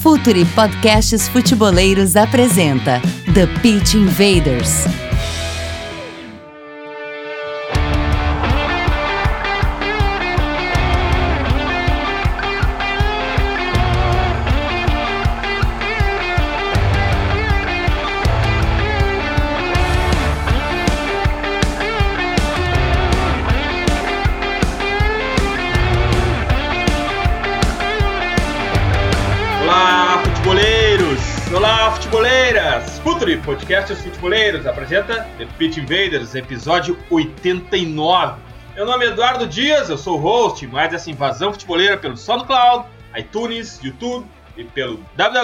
Futuri Podcasts Futeboleiros apresenta The Pitch Invaders. Olá, futeboleiras! Futuri Podcasts Futeboleiros apresenta The Pitch Invaders, episódio 89. Meu nome é Eduardo Dias, eu sou o host, mais essa invasão futeboleira pelo SoundCloud, iTunes, YouTube e pelo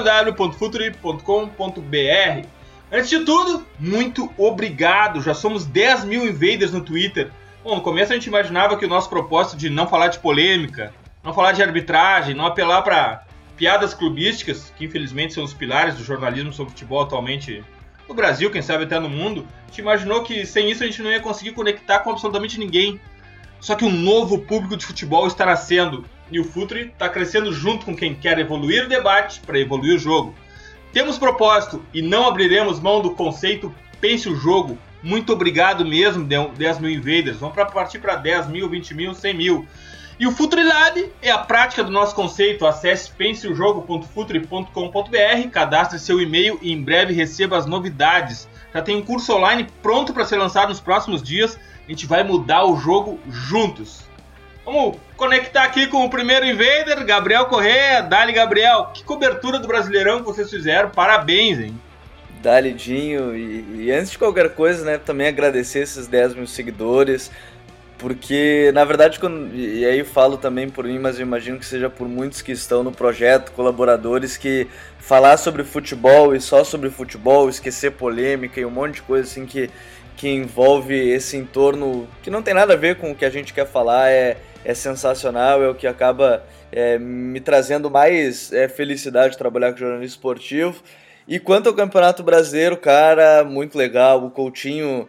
www.futuri.com.br. Antes de tudo, muito obrigado! Já somos 10 mil invaders no Twitter. Bom, no começo a gente imaginava que o nosso propósito de não falar de polêmica, não falar de arbitragem, não apelar para piadas clubísticas, que infelizmente são os pilares do jornalismo sobre futebol atualmente no Brasil, quem sabe até no mundo, a gente imaginou que sem isso a gente não ia conseguir conectar com absolutamente ninguém. Só que um novo público de futebol está nascendo e o Futuri está crescendo junto com quem quer evoluir o debate para evoluir o jogo. Temos propósito e não abriremos mão do conceito pense o jogo. Muito obrigado mesmo, 10 mil invaders. Vamos partir para 10 mil, 20 mil, 100 mil. E o Futuri Lab é a prática do nosso conceito. Acesse penseojogo.futuri.com.br, cadastre seu e-mail e em breve receba as novidades. Já tem um curso online pronto para ser lançado nos próximos dias. A gente vai mudar o jogo juntos. Vamos conectar aqui com o primeiro invader, Gabriel Corrêa. Dali, Gabriel, que cobertura do Brasileirão que vocês fizeram. Parabéns, hein? Dali, Dinho. E antes de qualquer coisa, né, também agradecer esses 10 mil seguidores. Porque, na verdade, e aí eu falo também por mim, mas eu imagino que seja por muitos que estão no projeto, colaboradores, que falar sobre futebol e só sobre futebol, esquecer polêmica e um monte de coisa assim que envolve esse entorno que não tem nada a ver com o que a gente quer falar, é sensacional, é o que acaba me trazendo mais felicidade de trabalhar com jornalismo esportivo. E quanto ao Campeonato Brasileiro, cara, muito legal, o Coutinho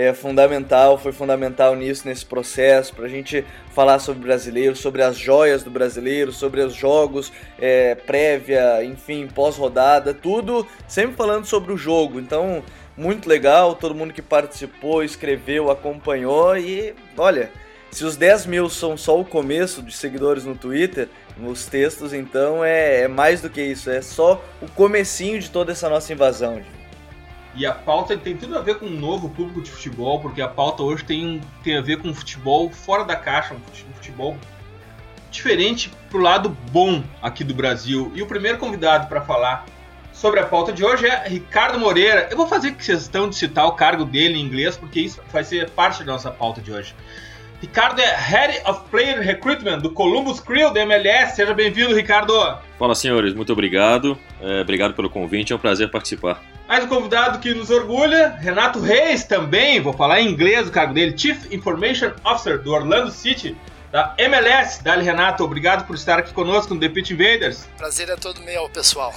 foi fundamental nesse processo, para a gente falar sobre o brasileiro, sobre as joias do brasileiro, sobre os jogos, prévia, enfim, pós-rodada, tudo sempre falando sobre o jogo. Então, muito legal, todo mundo que participou, escreveu, acompanhou e, olha, se os 10 mil são só o começo de seguidores no Twitter, nos textos, então é mais do que isso, é só o comecinho de toda essa nossa invasão. E a pauta tem tudo a ver com um novo público de futebol, porque a pauta hoje tem a ver com futebol fora da caixa, um futebol diferente pro lado bom aqui do Brasil. E o primeiro convidado para falar sobre a pauta de hoje é Ricardo Moreira. Eu vou fazer questão de citar o cargo dele em inglês, porque isso vai ser parte da nossa pauta de hoje. Ricardo é Head of Player Recruitment do Columbus Crew da MLS. Seja bem-vindo, Ricardo. Fala, senhores. Muito obrigado. Obrigado pelo convite. É um prazer participar. Mais um convidado que nos orgulha, Renato Reis também, vou falar em inglês o cargo dele, Chief Information Officer do Orlando City, da MLS. Dali, Renato, obrigado por estar aqui conosco no The Pitch Invaders. Prazer é todo meu, pessoal.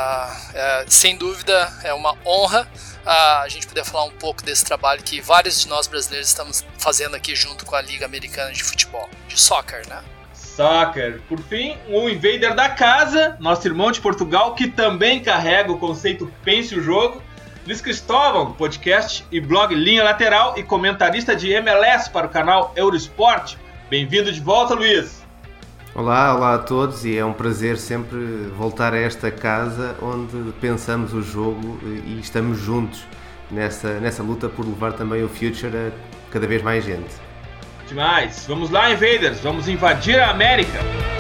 Sem dúvida, é uma honra a gente poder falar um pouco desse trabalho que vários de nós brasileiros estamos fazendo aqui junto com a Liga Americana de Futebol, de soccer, né? Soccer. Por fim, um invader da casa, nosso irmão de Portugal, que também carrega o conceito Pense o Jogo, Luiz Cristóvão, do podcast e blog Linha Lateral e comentarista de MLS para o canal Eurosport. Bem-vindo de volta, Luiz. Olá a todos, e é um prazer sempre voltar a esta casa onde pensamos o jogo e estamos juntos nessa luta por levar também o Future a cada vez mais gente. Demais. Vamos lá, invaders, vamos invadir a América.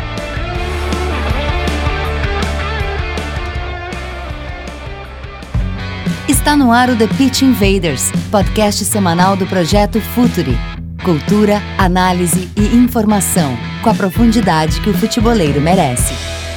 Está no ar o The Pitch Invaders, podcast semanal do projeto Futuri. Cultura, análise e informação, com a profundidade que o futeboleiro merece.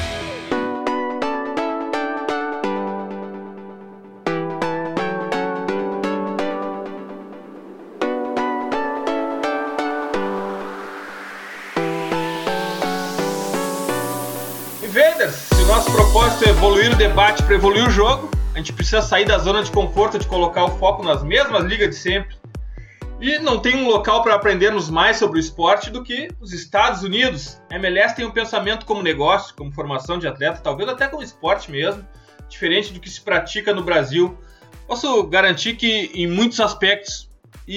Invaders, se o nosso propósito é evoluir o debate para evoluir o jogo, a gente precisa sair da zona de conforto de colocar o foco nas mesmas ligas de sempre. E não tem um local para aprendermos mais sobre o esporte do que os Estados Unidos. A MLS tem um pensamento como negócio, como formação de atleta, talvez até como esporte mesmo, diferente do que se pratica no Brasil. Posso garantir que em muitos aspectos,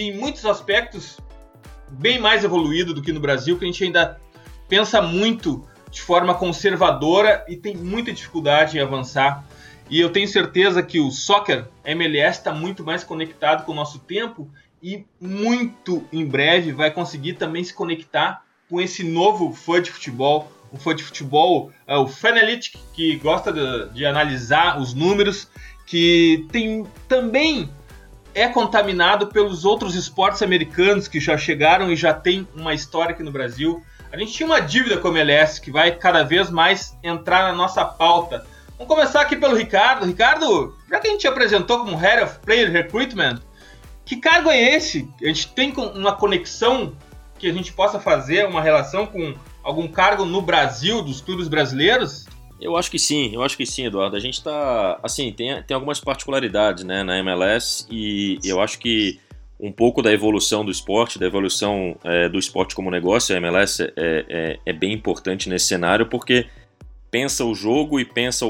bem mais evoluído do que no Brasil, que a gente ainda pensa muito de forma conservadora e tem muita dificuldade em avançar. E eu tenho certeza que o soccer, a MLS, está muito mais conectado com o nosso tempo e muito em breve vai conseguir também se conectar com esse novo fã de futebol, o fã de futebol, o Fanalytic, que gosta de analisar os números, que também é contaminado pelos outros esportes americanos que já chegaram e já tem uma história aqui no Brasil. A gente tinha uma dívida com a MLS que vai cada vez mais entrar na nossa pauta. Vamos começar aqui pelo Ricardo. Ricardo, já que a gente te apresentou como Head of Player Recruitment, que cargo é esse? A gente tem uma conexão que a gente possa fazer, uma relação com algum cargo no Brasil, dos clubes brasileiros? Eu acho que sim, Eduardo. A gente tá, assim, tem algumas particularidades, né, na MLS, e eu acho que um pouco da evolução do esporte, do esporte como negócio, a MLS é bem importante nesse cenário, porque pensa o jogo e pensa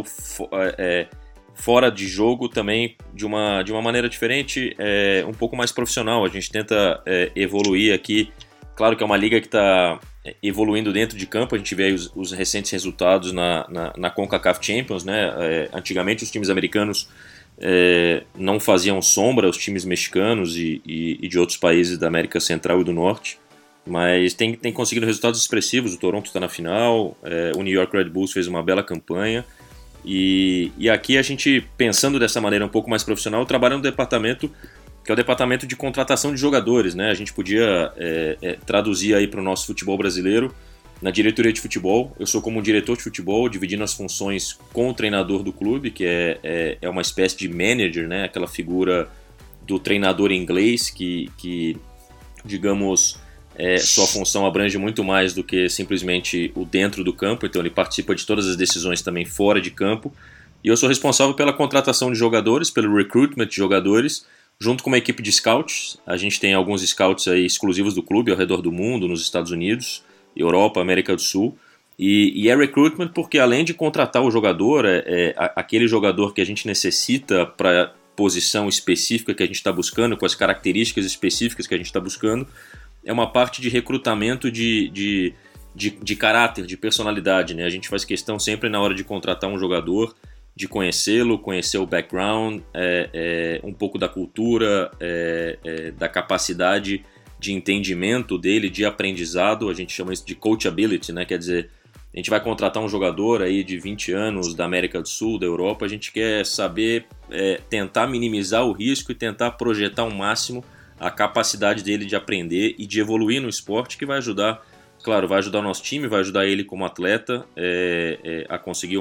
fora de jogo também de uma maneira diferente, um pouco mais profissional. A gente tenta evoluir aqui. Claro que é uma liga que está evoluindo dentro de campo. A gente vê aí os recentes resultados na CONCACAF Champions, né? Antigamente os times americanos não faziam sombra aos times mexicanos e de outros países da América Central e do Norte, mas tem conseguido resultados expressivos. O Toronto está na final, o New York Red Bulls fez uma bela campanha, e aqui a gente, pensando dessa maneira um pouco mais profissional, trabalha no departamento que é o departamento de contratação de jogadores, né? A gente podia traduzir aí para o nosso futebol brasileiro na diretoria de futebol. Eu sou como diretor de futebol, dividindo as funções com o treinador do clube, que é uma espécie de manager, né? Aquela figura do treinador inglês que digamos, sua função abrange muito mais do que simplesmente o dentro do campo, então ele participa de todas as decisões também fora de campo. E eu sou responsável pela contratação de jogadores, pelo recruitment de jogadores, junto com uma equipe de scouts. A gente tem alguns scouts aí exclusivos do clube ao redor do mundo, nos Estados Unidos, Europa, América do Sul. E é recruitment porque, além de contratar o jogador, aquele jogador que a gente necessita para a posição específica que a gente está buscando, com as características específicas que a gente está buscando, é uma parte de recrutamento de caráter, de personalidade, né? A gente faz questão sempre, na hora de contratar um jogador, de conhecê-lo, conhecer o background, um pouco da cultura, da capacidade de entendimento dele, de aprendizado. A gente chama isso de coachability, né? Quer dizer, a gente vai contratar um jogador aí de 20 anos da América do Sul, da Europa, a gente quer saber tentar minimizar o risco e tentar projetar ao máximo a capacidade dele de aprender e de evoluir no esporte, que vai ajudar, claro, vai ajudar o nosso time, vai ajudar ele como atleta a conseguir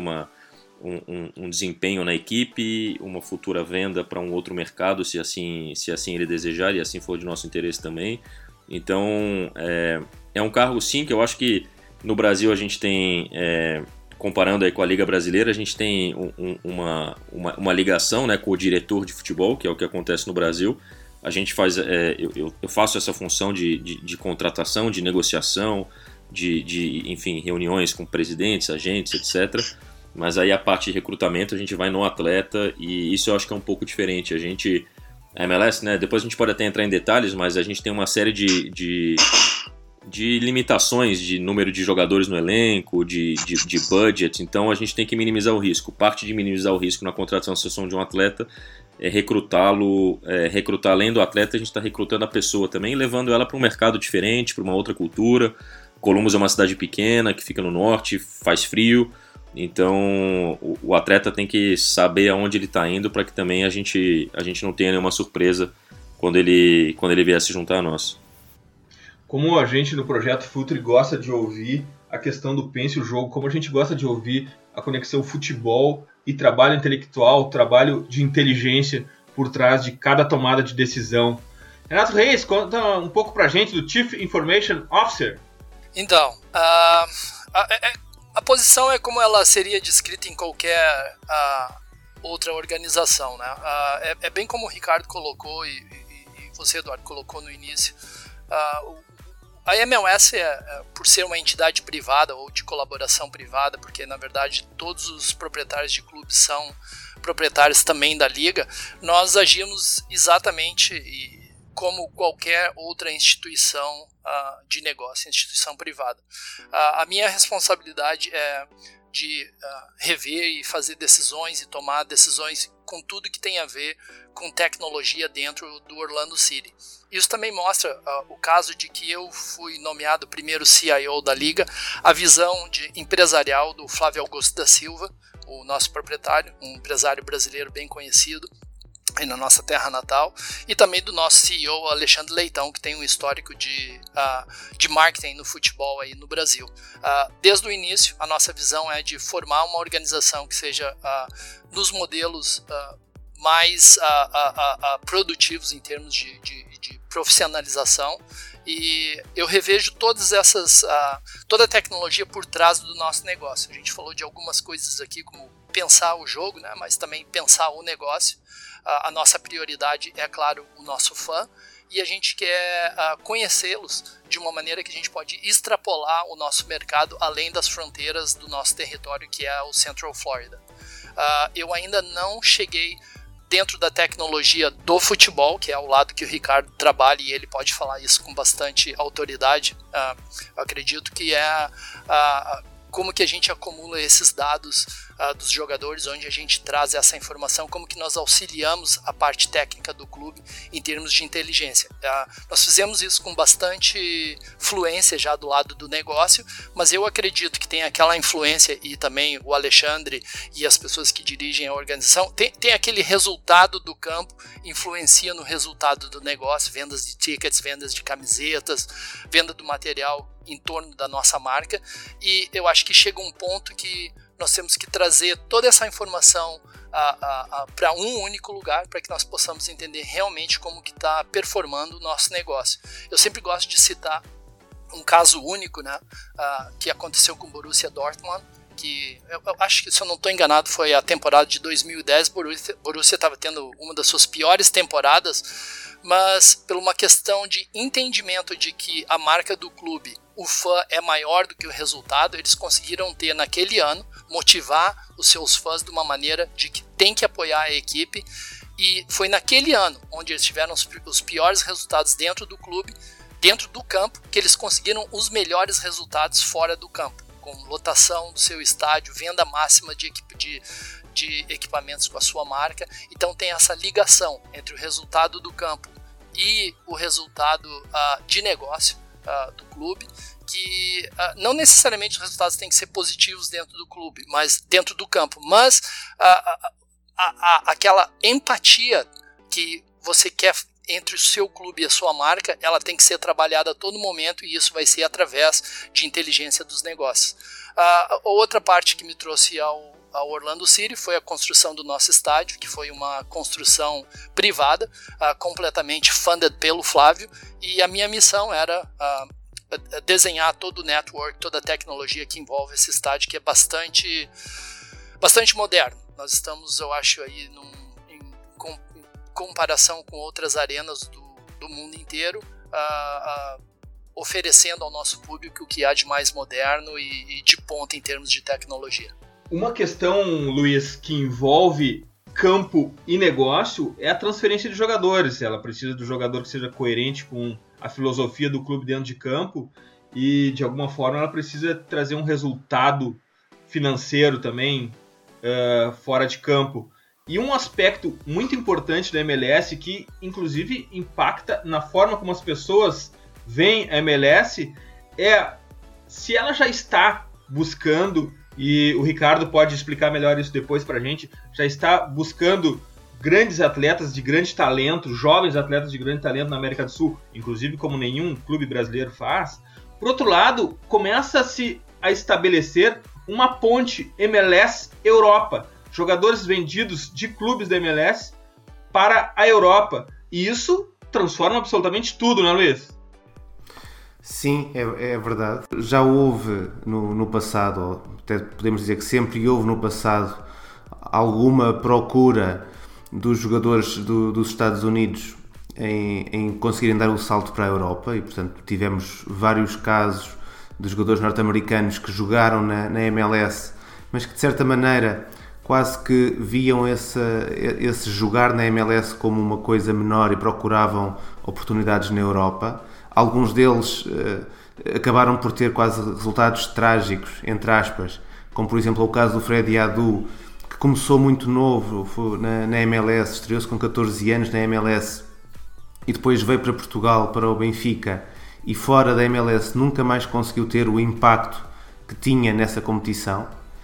um desempenho na equipe, uma futura venda para um outro mercado, se assim ele desejar e assim for de nosso interesse também. Então é um cargo, sim, que eu acho que no Brasil a gente tem, comparando aí com a Liga Brasileira, a gente tem uma ligação, né, com o diretor de futebol, que é o que acontece no Brasil. A gente faz, eu faço essa função de contratação, de negociação, enfim, reuniões com presidentes, agentes, etc. Mas aí a parte de recrutamento a gente vai no atleta, e isso eu acho que é um pouco diferente. A MLS, né, depois a gente pode até entrar em detalhes, mas a gente tem uma série de limitações de número de jogadores no elenco, de budget, então a gente tem que minimizar o risco. Parte de minimizar o risco na contratação de um atleta é recrutá-lo, recrutar além do atleta, a gente está recrutando a pessoa também, levando ela para um mercado diferente, para uma outra cultura. Columbus é uma cidade pequena, que fica no norte, faz frio, então o atleta tem que saber aonde ele está indo para que também a gente não tenha nenhuma surpresa quando ele vier se juntar a nós. Como a gente no Projeto Futuri gosta de ouvir a questão do pense o jogo, como a gente gosta de ouvir a conexão futebol e trabalho intelectual, trabalho de inteligência por trás de cada tomada de decisão. Renato Reis, conta um pouco pra gente do Chief Information Officer. Então, a posição é como ela seria descrita em qualquer outra organização, né? É bem como o Ricardo colocou e você, Eduardo, colocou no início. A MLS, por ser uma entidade privada ou de colaboração privada, porque na verdade todos os proprietários de clubes são proprietários também da liga, nós agimos exatamente como qualquer outra instituição de negócio, instituição privada. A minha responsabilidade é de rever e fazer decisões e tomar decisões com tudo que tem a ver com tecnologia dentro do Orlando City. Isso também mostra o caso de que eu fui nomeado primeiro CIO da liga, a visão empresarial do Flávio Augusto da Silva, o nosso proprietário, um empresário brasileiro bem conhecido aí na nossa terra natal, e também do nosso CEO Alexandre Leitão, que tem um histórico de marketing no futebol aí no Brasil. Desde o início, a nossa visão é de formar uma organização que seja nos modelos mais produtivos em termos de profissionalização, e eu revejo toda a tecnologia por trás do nosso negócio. A gente falou de algumas coisas aqui, como pensar o jogo, né, mas também pensar o negócio. A nossa prioridade é, claro, o nosso fã, e a gente quer conhecê-los de uma maneira que a gente pode extrapolar o nosso mercado além das fronteiras do nosso território, que é o Central Florida. Eu ainda não cheguei dentro da tecnologia do futebol, que é o lado que o Ricardo trabalha, e ele pode falar isso com bastante autoridade. Eu acredito que como que a gente acumula esses dados dos jogadores, onde a gente traz essa informação, como que nós auxiliamos a parte técnica do clube em termos de inteligência. Nós fizemos isso com bastante fluência já do lado do negócio, mas eu acredito que tem aquela influência, e também o Alexandre e as pessoas que dirigem a organização, tem aquele resultado do campo, influencia no resultado do negócio, vendas de tickets, vendas de camisetas, venda do material em torno da nossa marca, e eu acho que chega um ponto que nós temos que trazer toda essa informação para um único lugar, para que nós possamos entender realmente como que está performando o nosso negócio. Eu sempre gosto de citar um caso único, né, que aconteceu com o Borussia Dortmund, que eu acho que, se eu não estou enganado, foi a temporada de 2010. Borussia estava tendo uma das suas piores temporadas, mas por uma questão de entendimento de que a marca do clube, o fã, é maior do que o resultado, eles conseguiram ter naquele ano, motivar os seus fãs de uma maneira de que tem que apoiar a equipe, e foi naquele ano onde eles tiveram os piores resultados dentro do clube, dentro do campo, que eles conseguiram os melhores resultados fora do campo, com lotação do seu estádio, venda máxima de equipamentos com a sua marca. Então tem essa ligação entre o resultado do campo e o resultado de negócio do clube, que não necessariamente os resultados têm que ser positivos dentro do clube, mas dentro do campo, mas aquela empatia que você quer entre o seu clube e a sua marca, ela tem que ser trabalhada a todo momento, e isso vai ser através de inteligência dos negócios. A outra parte que me trouxe ao Orlando City foi a construção do nosso estádio, que foi uma construção privada, completamente funded pelo Flávio, e a minha missão era desenhar todo o network, toda a tecnologia que envolve esse estádio, que é bastante moderno. Nós estamos, eu acho, aí em comparação com outras arenas do mundo inteiro, oferecendo ao nosso público o que há de mais moderno e de ponta em termos de tecnologia. Uma questão, Luiz, que envolve campo e negócio é a transferência de jogadores. Ela precisa do jogador que seja coerente com a filosofia do clube dentro de campo, e de alguma forma ela precisa trazer um resultado financeiro também fora de campo. E um aspecto muito importante da MLS, que inclusive impacta na forma como as pessoas veem a MLS, é se ela já está buscando, e o Ricardo pode explicar melhor isso depois pra gente, já está buscando grandes atletas de grande talento, jovens atletas de grande talento na América do Sul, inclusive como nenhum clube brasileiro faz. Por outro lado, começa-se a estabelecer uma ponte MLS-Europa, jogadores vendidos de clubes da MLS para a Europa, e isso transforma absolutamente tudo, não é, Luiz? Sim, é verdade. Já houve no passado, ou até podemos dizer que sempre houve no passado, alguma procura dos jogadores dos Estados Unidos em conseguirem dar o salto para a Europa e, portanto, tivemos vários casos de jogadores norte-americanos que jogaram na MLS, mas que de certa maneira quase que viam esse jogar na MLS como uma coisa menor e procuravam oportunidades na Europa. Alguns deles acabaram por ter quase resultados trágicos, entre aspas, como por exemplo o caso do Freddy Adu, que começou muito novo na MLS, estreou-se com 14 anos na MLS e depois veio para Portugal, para o Benfica, e fora da MLS nunca mais conseguiu ter o impacto que tinha nessa competição.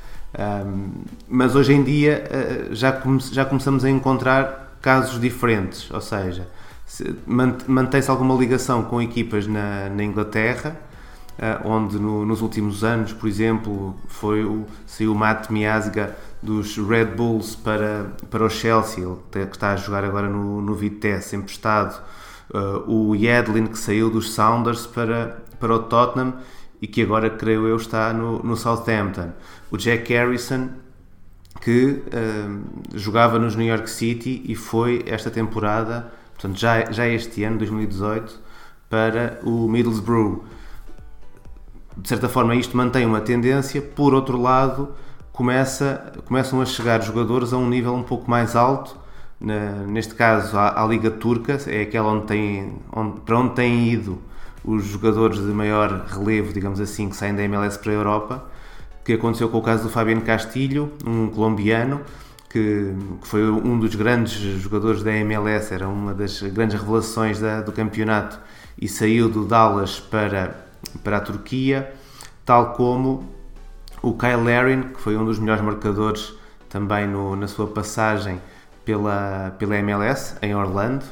Mas hoje em dia já começamos a encontrar casos diferentes, ou seja, mantém-se alguma ligação com equipas na Inglaterra, onde nos últimos anos, por exemplo, saiu o Matt Miazga dos Red Bulls para o Chelsea, que está a jogar agora no Vitesse, emprestado. O Yedlin, que saiu dos Sounders para o Tottenham e que agora, creio eu, está no Southampton. O Jack Harrison, que jogava nos New York City e foi esta temporada, portanto já este ano, 2018, para o Middlesbrough. De certa forma isto mantém uma tendência. Por outro lado, começam a chegar jogadores a um nível um pouco mais alto. Neste caso a Liga Turca, é aquela para onde têm ido os jogadores de maior relevo, digamos assim, que saem da MLS para a Europa, que aconteceu com o caso do Fabián Castillo, um colombiano, que foi um dos grandes jogadores da MLS, era uma das grandes revelações do campeonato e saiu do Dallas para a Turquia, tal como o Kyle Larin, que foi um dos melhores marcadores também na sua passagem pela MLS em Orlando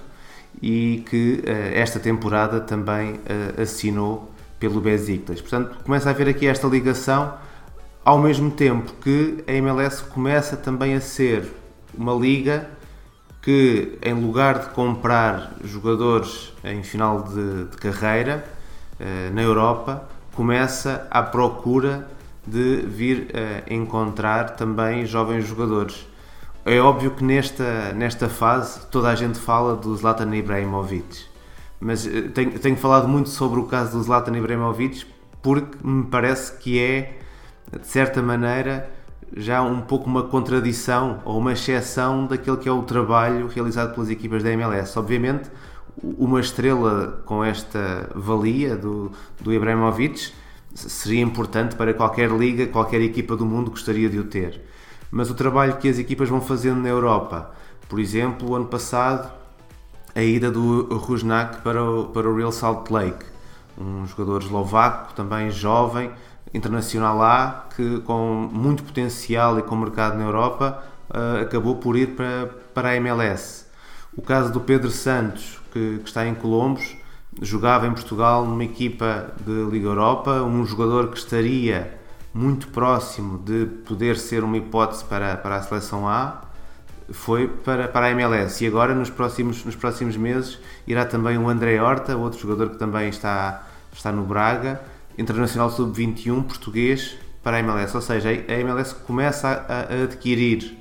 e que esta temporada também assinou pelo Besiktas. Portanto, começa a haver aqui esta ligação, ao mesmo tempo que a MLS começa também a ser uma liga que, em lugar de comprar jogadores em final de carreira na Europa, começa à procura de vir encontrar também jovens jogadores. É óbvio que nesta fase toda a gente fala do Zlatan Ibrahimovic, mas tenho falado muito sobre o caso do Zlatan Ibrahimovic porque me parece que é, de certa maneira, já um pouco uma contradição ou uma exceção daquele que é o trabalho realizado pelas equipas da MLS. Obviamente, uma estrela com esta valia do Ibrahimovic seria importante para qualquer liga, qualquer equipa do mundo gostaria de o ter. Mas o trabalho que as equipas vão fazendo na Europa, por exemplo, o ano passado, a ida do Rusnak para o Real Salt Lake, um jogador eslovaco, também jovem, internacional lá, que com muito potencial e com mercado na Europa, acabou por ir para a MLS. O caso do Pedro Santos, que está em Colombos, jogava em Portugal numa equipa de Liga Europa, um jogador que estaria muito próximo de poder ser uma hipótese para a seleção A, foi para a MLS e agora nos próximos meses irá também o André Horta, outro jogador que também está no Braga, internacional sub-21 português, para a MLS. Ou seja, a MLS começa a adquirir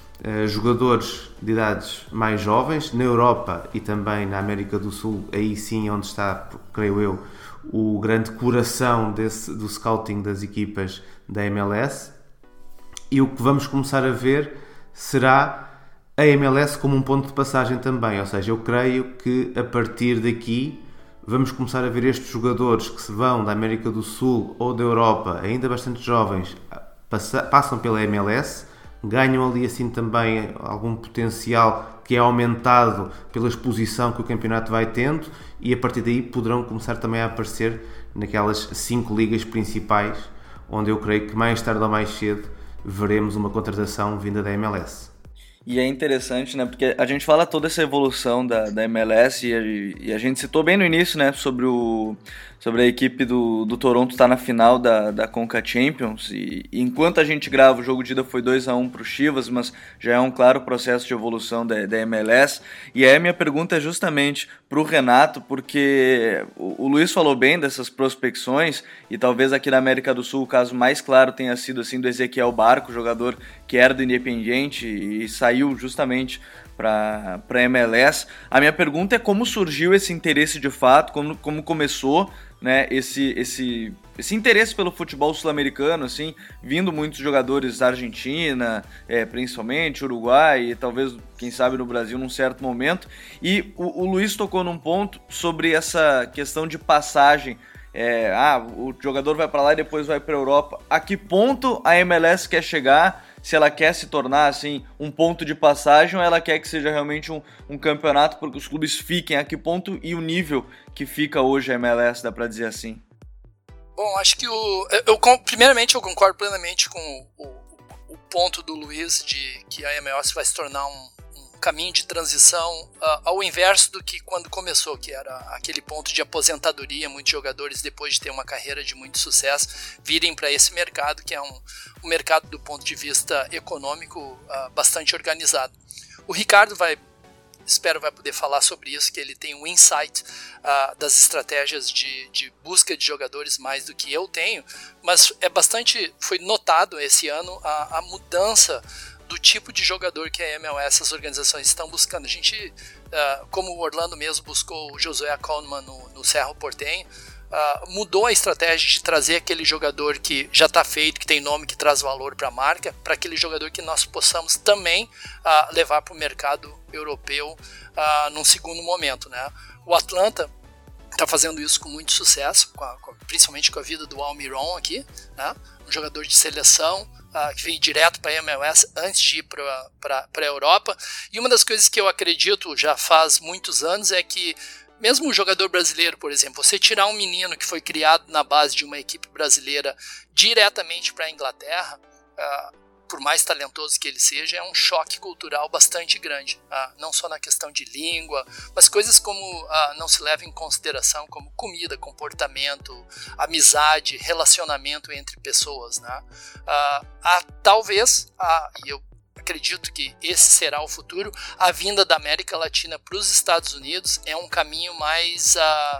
jogadores de idades mais jovens na Europa e também na América do Sul, aí sim onde está, creio eu, o grande coração do scouting das equipas da MLS. E o que vamos começar a ver será a MLS como um ponto de passagem também, ou seja, eu creio que a partir daqui vamos começar a ver estes jogadores que se vão da América do Sul ou da Europa, ainda bastante jovens, passam pela MLS, ganham ali assim também algum potencial que é aumentado pela exposição que o campeonato vai tendo e a partir daí poderão começar também a aparecer naquelas 5 ligas principais, onde eu creio que mais tarde ou mais cedo veremos uma contratação vinda da MLS. E é interessante, né, porque a gente fala toda essa evolução da MLS e a gente citou bem no início, né, sobre a equipe do Toronto estar na final da Conca Champions e enquanto a gente grava o jogo de ida foi 2-1 para o Chivas, mas já é um claro processo de evolução da MLS. E aí a minha pergunta é justamente para o Renato, porque o Luiz falou bem dessas prospecções e talvez aqui na América do Sul o caso mais claro tenha sido assim do Ezequiel Barco, jogador que era do Independiente e saiu saiu justamente para a MLS. A minha pergunta é como surgiu esse interesse de fato, como começou, né, esse interesse pelo futebol sul-americano, assim, vindo muitos jogadores da Argentina, principalmente, Uruguai e talvez, quem sabe, no Brasil num certo momento. E o Luiz tocou num ponto sobre essa questão de passagem. O jogador vai para lá e depois vai para a Europa. A que ponto a MLS quer chegar? Se ela quer se tornar assim um ponto de passagem ou ela quer que seja realmente um campeonato para que os clubes fiquem? A que ponto e o nível que fica hoje a MLS, dá para dizer assim? Bom, acho que primeiramente eu concordo plenamente com o ponto do Luiz de que a MLS vai se tornar um caminho de transição ao inverso do que quando começou, que era aquele ponto de aposentadoria. Muitos jogadores, depois de ter uma carreira de muito sucesso, virem para esse mercado, que é um mercado do ponto de vista econômico bastante organizado. O Ricardo espero vai poder falar sobre isso, que ele tem um insight das estratégias de busca de jogadores mais do que eu tenho, mas foi notado esse ano a mudança do tipo de jogador que a MLS, as organizações estão buscando. A gente, como o Orlando mesmo buscou o Josué Kollmann no Cerro Porteño, mudou a estratégia de trazer aquele jogador que já está feito, que tem nome, que traz valor para a marca, para aquele jogador que nós possamos também levar para o mercado europeu num segundo momento, né? O Atlanta está fazendo isso com muito sucesso, principalmente com a vida do Almiron aqui, né? Um jogador de seleção que veio direto para a MLS antes de ir para a Europa. E uma das coisas que eu acredito já faz muitos anos é que mesmo um jogador brasileiro, por exemplo, você tirar um menino que foi criado na base de uma equipe brasileira diretamente para a Inglaterra, por mais talentoso que ele seja, é um choque cultural bastante grande, não só na questão de língua, mas coisas como não se leva em consideração, como comida, comportamento, amizade, relacionamento entre pessoas, né? Talvez, e eu acredito que esse será o futuro, a vinda da América Latina para os Estados Unidos é um caminho mais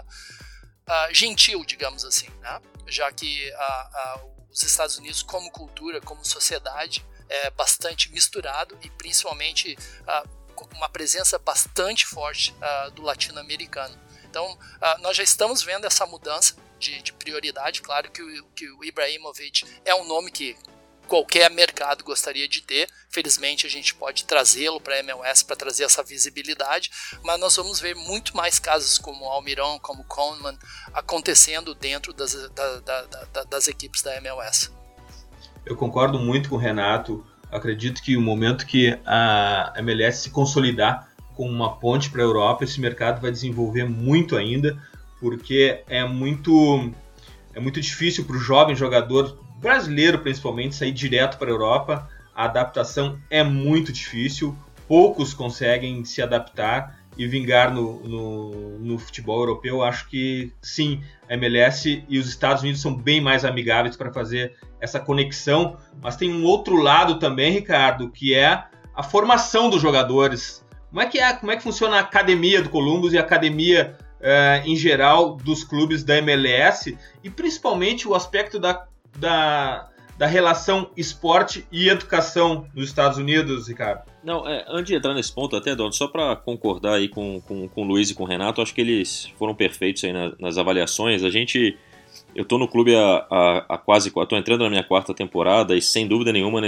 gentil, digamos assim, né? Já que os Estados Unidos, como cultura, como sociedade, é bastante misturado e principalmente uma presença bastante forte do latino-americano. Então, nós já estamos vendo essa mudança de prioridade. Claro que o Ibrahimovic é um nome que qualquer mercado gostaria de ter. Felizmente a gente pode trazê-lo para a MLS para trazer essa visibilidade, mas nós vamos ver muito mais casos como Almiron, como Kollmann acontecendo dentro das equipes da MLS. Eu concordo muito com o Renato. Acredito que o momento que a MLS se consolidar com uma ponte para a Europa, esse mercado vai desenvolver muito ainda, porque é muito difícil para o jovem jogador brasileiro, principalmente, sair direto para a Europa. A adaptação é muito difícil, poucos conseguem se adaptar e vingar no futebol europeu. Acho que sim, a MLS e os Estados Unidos são bem mais amigáveis para fazer essa conexão, mas tem um outro lado também, Ricardo, que é a formação dos jogadores. Como é que funciona a academia do Columbus e a academia em geral dos clubes da MLS, e principalmente o aspecto da relação esporte e educação nos Estados Unidos, Ricardo? Não, antes de entrar nesse ponto, até, Dono, só para concordar aí com o Luiz e com o Renato, acho que eles foram perfeitos aí nas avaliações. Eu tô no clube tô entrando na minha 4ª temporada e sem dúvida nenhuma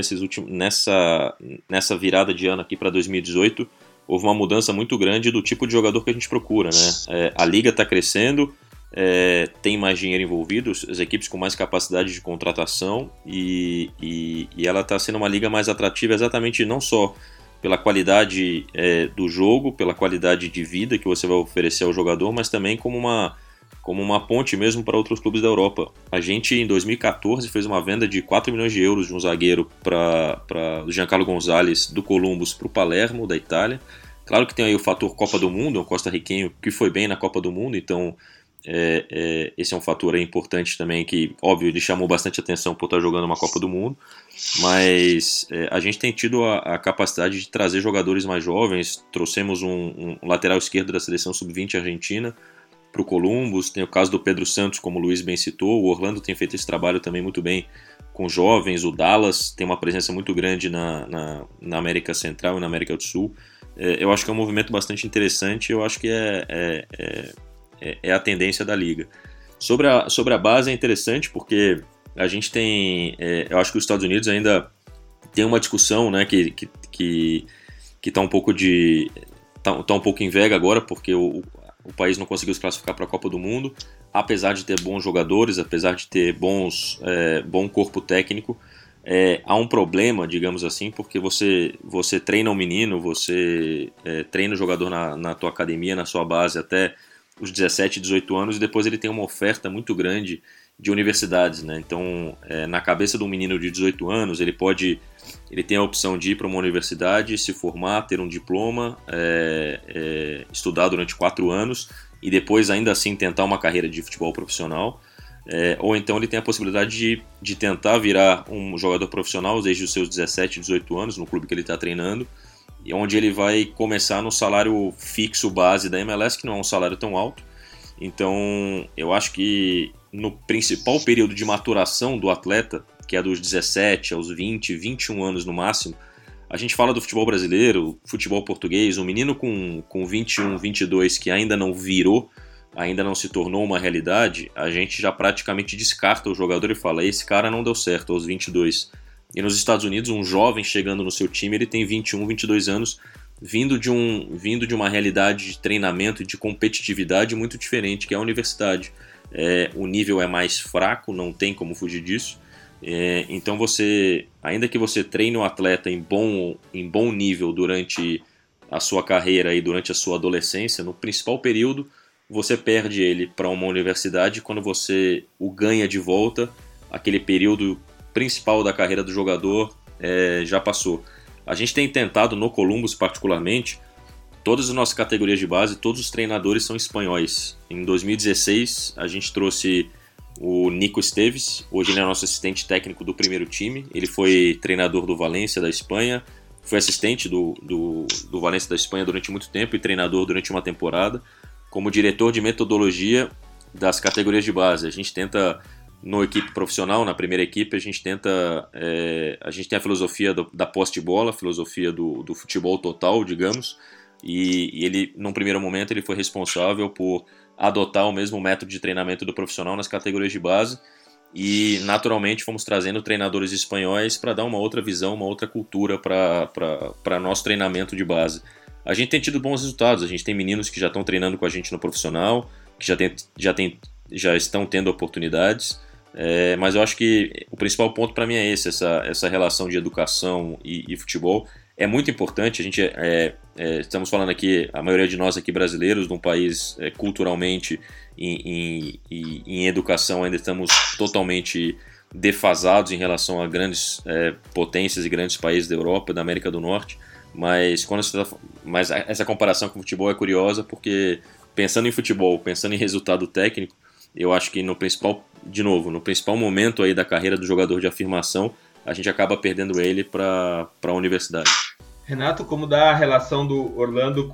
nessa virada de ano aqui para 2018 houve uma mudança muito grande do tipo de jogador que a gente procura, né? A liga está crescendo, tem mais dinheiro envolvido, as equipes com mais capacidade de contratação e ela está sendo uma liga mais atrativa exatamente não só pela qualidade do jogo, pela qualidade de vida que você vai oferecer ao jogador, mas também como uma ponte mesmo para outros clubes da Europa. A gente, em 2014, fez uma venda de 4 milhões de euros de um zagueiro para o Giancarlo Gonzalez do Columbus para o Palermo, da Itália. Claro que tem aí o fator Copa do Mundo, um costarriquenho que foi bem na Copa do Mundo, então esse é um fator aí importante também que, óbvio, ele chamou bastante atenção por estar jogando uma Copa do Mundo, mas a gente tem tido a capacidade de trazer jogadores mais jovens. Trouxemos um lateral esquerdo da seleção sub-20 argentina para o Columbus, tem o caso do Pedro Santos, como o Luiz bem citou. O Orlando tem feito esse trabalho também muito bem com jovens. O Dallas tem uma presença muito grande na América Central e na América do Sul. Eu acho que é um movimento bastante interessante. Eu acho que é a tendência da liga. Sobre a base é interessante porque a gente tem... eu acho que os Estados Unidos ainda tem uma discussão, né, que está um pouco tá um pouco em vega agora, porque o país não conseguiu se classificar para a Copa do Mundo, apesar de ter bons jogadores, apesar de ter bom corpo técnico. Há um problema, digamos assim, porque você treina um menino, você treina o jogador na tua academia, na sua base até os 17, 18 anos, e depois ele tem uma oferta muito grande de universidades, né? Então, na cabeça de um menino de 18 anos, ele tem a opção de ir para uma universidade, se formar, ter um diploma, estudar durante 4 anos e depois ainda assim tentar uma carreira de futebol profissional, ou então ele tem a possibilidade de tentar virar um jogador profissional desde os seus 17, 18 anos no clube que ele está treinando, e onde ele vai começar no salário fixo base da MLS, que não é um salário tão alto. Então, eu acho que no principal período de maturação do atleta, que é dos 17 aos 20, 21 anos no máximo, a gente fala do futebol brasileiro, futebol português, um menino com 21, 22 que ainda não virou, ainda não se tornou uma realidade, a gente já praticamente descarta o jogador e fala, esse cara não deu certo aos 22. E nos Estados Unidos, um jovem chegando no seu time, ele tem 21, 22 anos, vindo de uma realidade de treinamento e de competitividade muito diferente, que é a universidade. O nível é mais fraco, não tem como fugir disso. Então ainda que você treine um atleta em bom nível durante a sua carreira e durante a sua adolescência, no principal período você perde ele para uma universidade. Quando você o ganha de volta, aquele período principal da carreira do jogador já passou. A gente tem tentado no Columbus particularmente, todas as nossas categorias de base, todos os treinadores são espanhóis. Em 2016 a gente trouxe o Nico Esteves, hoje ele é nosso assistente técnico do primeiro time, ele foi treinador do Valência da Espanha, foi assistente do Valência da Espanha durante muito tempo e treinador durante uma temporada, como diretor de metodologia das categorias de base. A gente tenta, na equipe profissional, na primeira equipe, a gente tem a filosofia da posse de bola, a filosofia do futebol total, digamos, e ele, num primeiro momento, ele foi responsável por adotar o mesmo método de treinamento do profissional nas categorias de base, e naturalmente fomos trazendo treinadores espanhóis para dar uma outra visão, uma outra cultura para nosso treinamento de base. A gente tem tido bons resultados, a gente tem meninos que já estão treinando com a gente no profissional, que já estão tendo oportunidades, mas eu acho que o principal ponto para mim é essa relação de educação e futebol. É muito importante. A gente estamos falando aqui, a maioria de nós aqui brasileiros, de um país culturalmente em educação ainda estamos totalmente defasados em relação a grandes potências e grandes países da Europa e da América do Norte, mas essa comparação com o futebol é curiosa, porque pensando em futebol, pensando em resultado técnico, eu acho que no principal momento aí da carreira do jogador de afirmação, a gente acaba perdendo ele para a universidade. Renato, como dá a relação do Orlando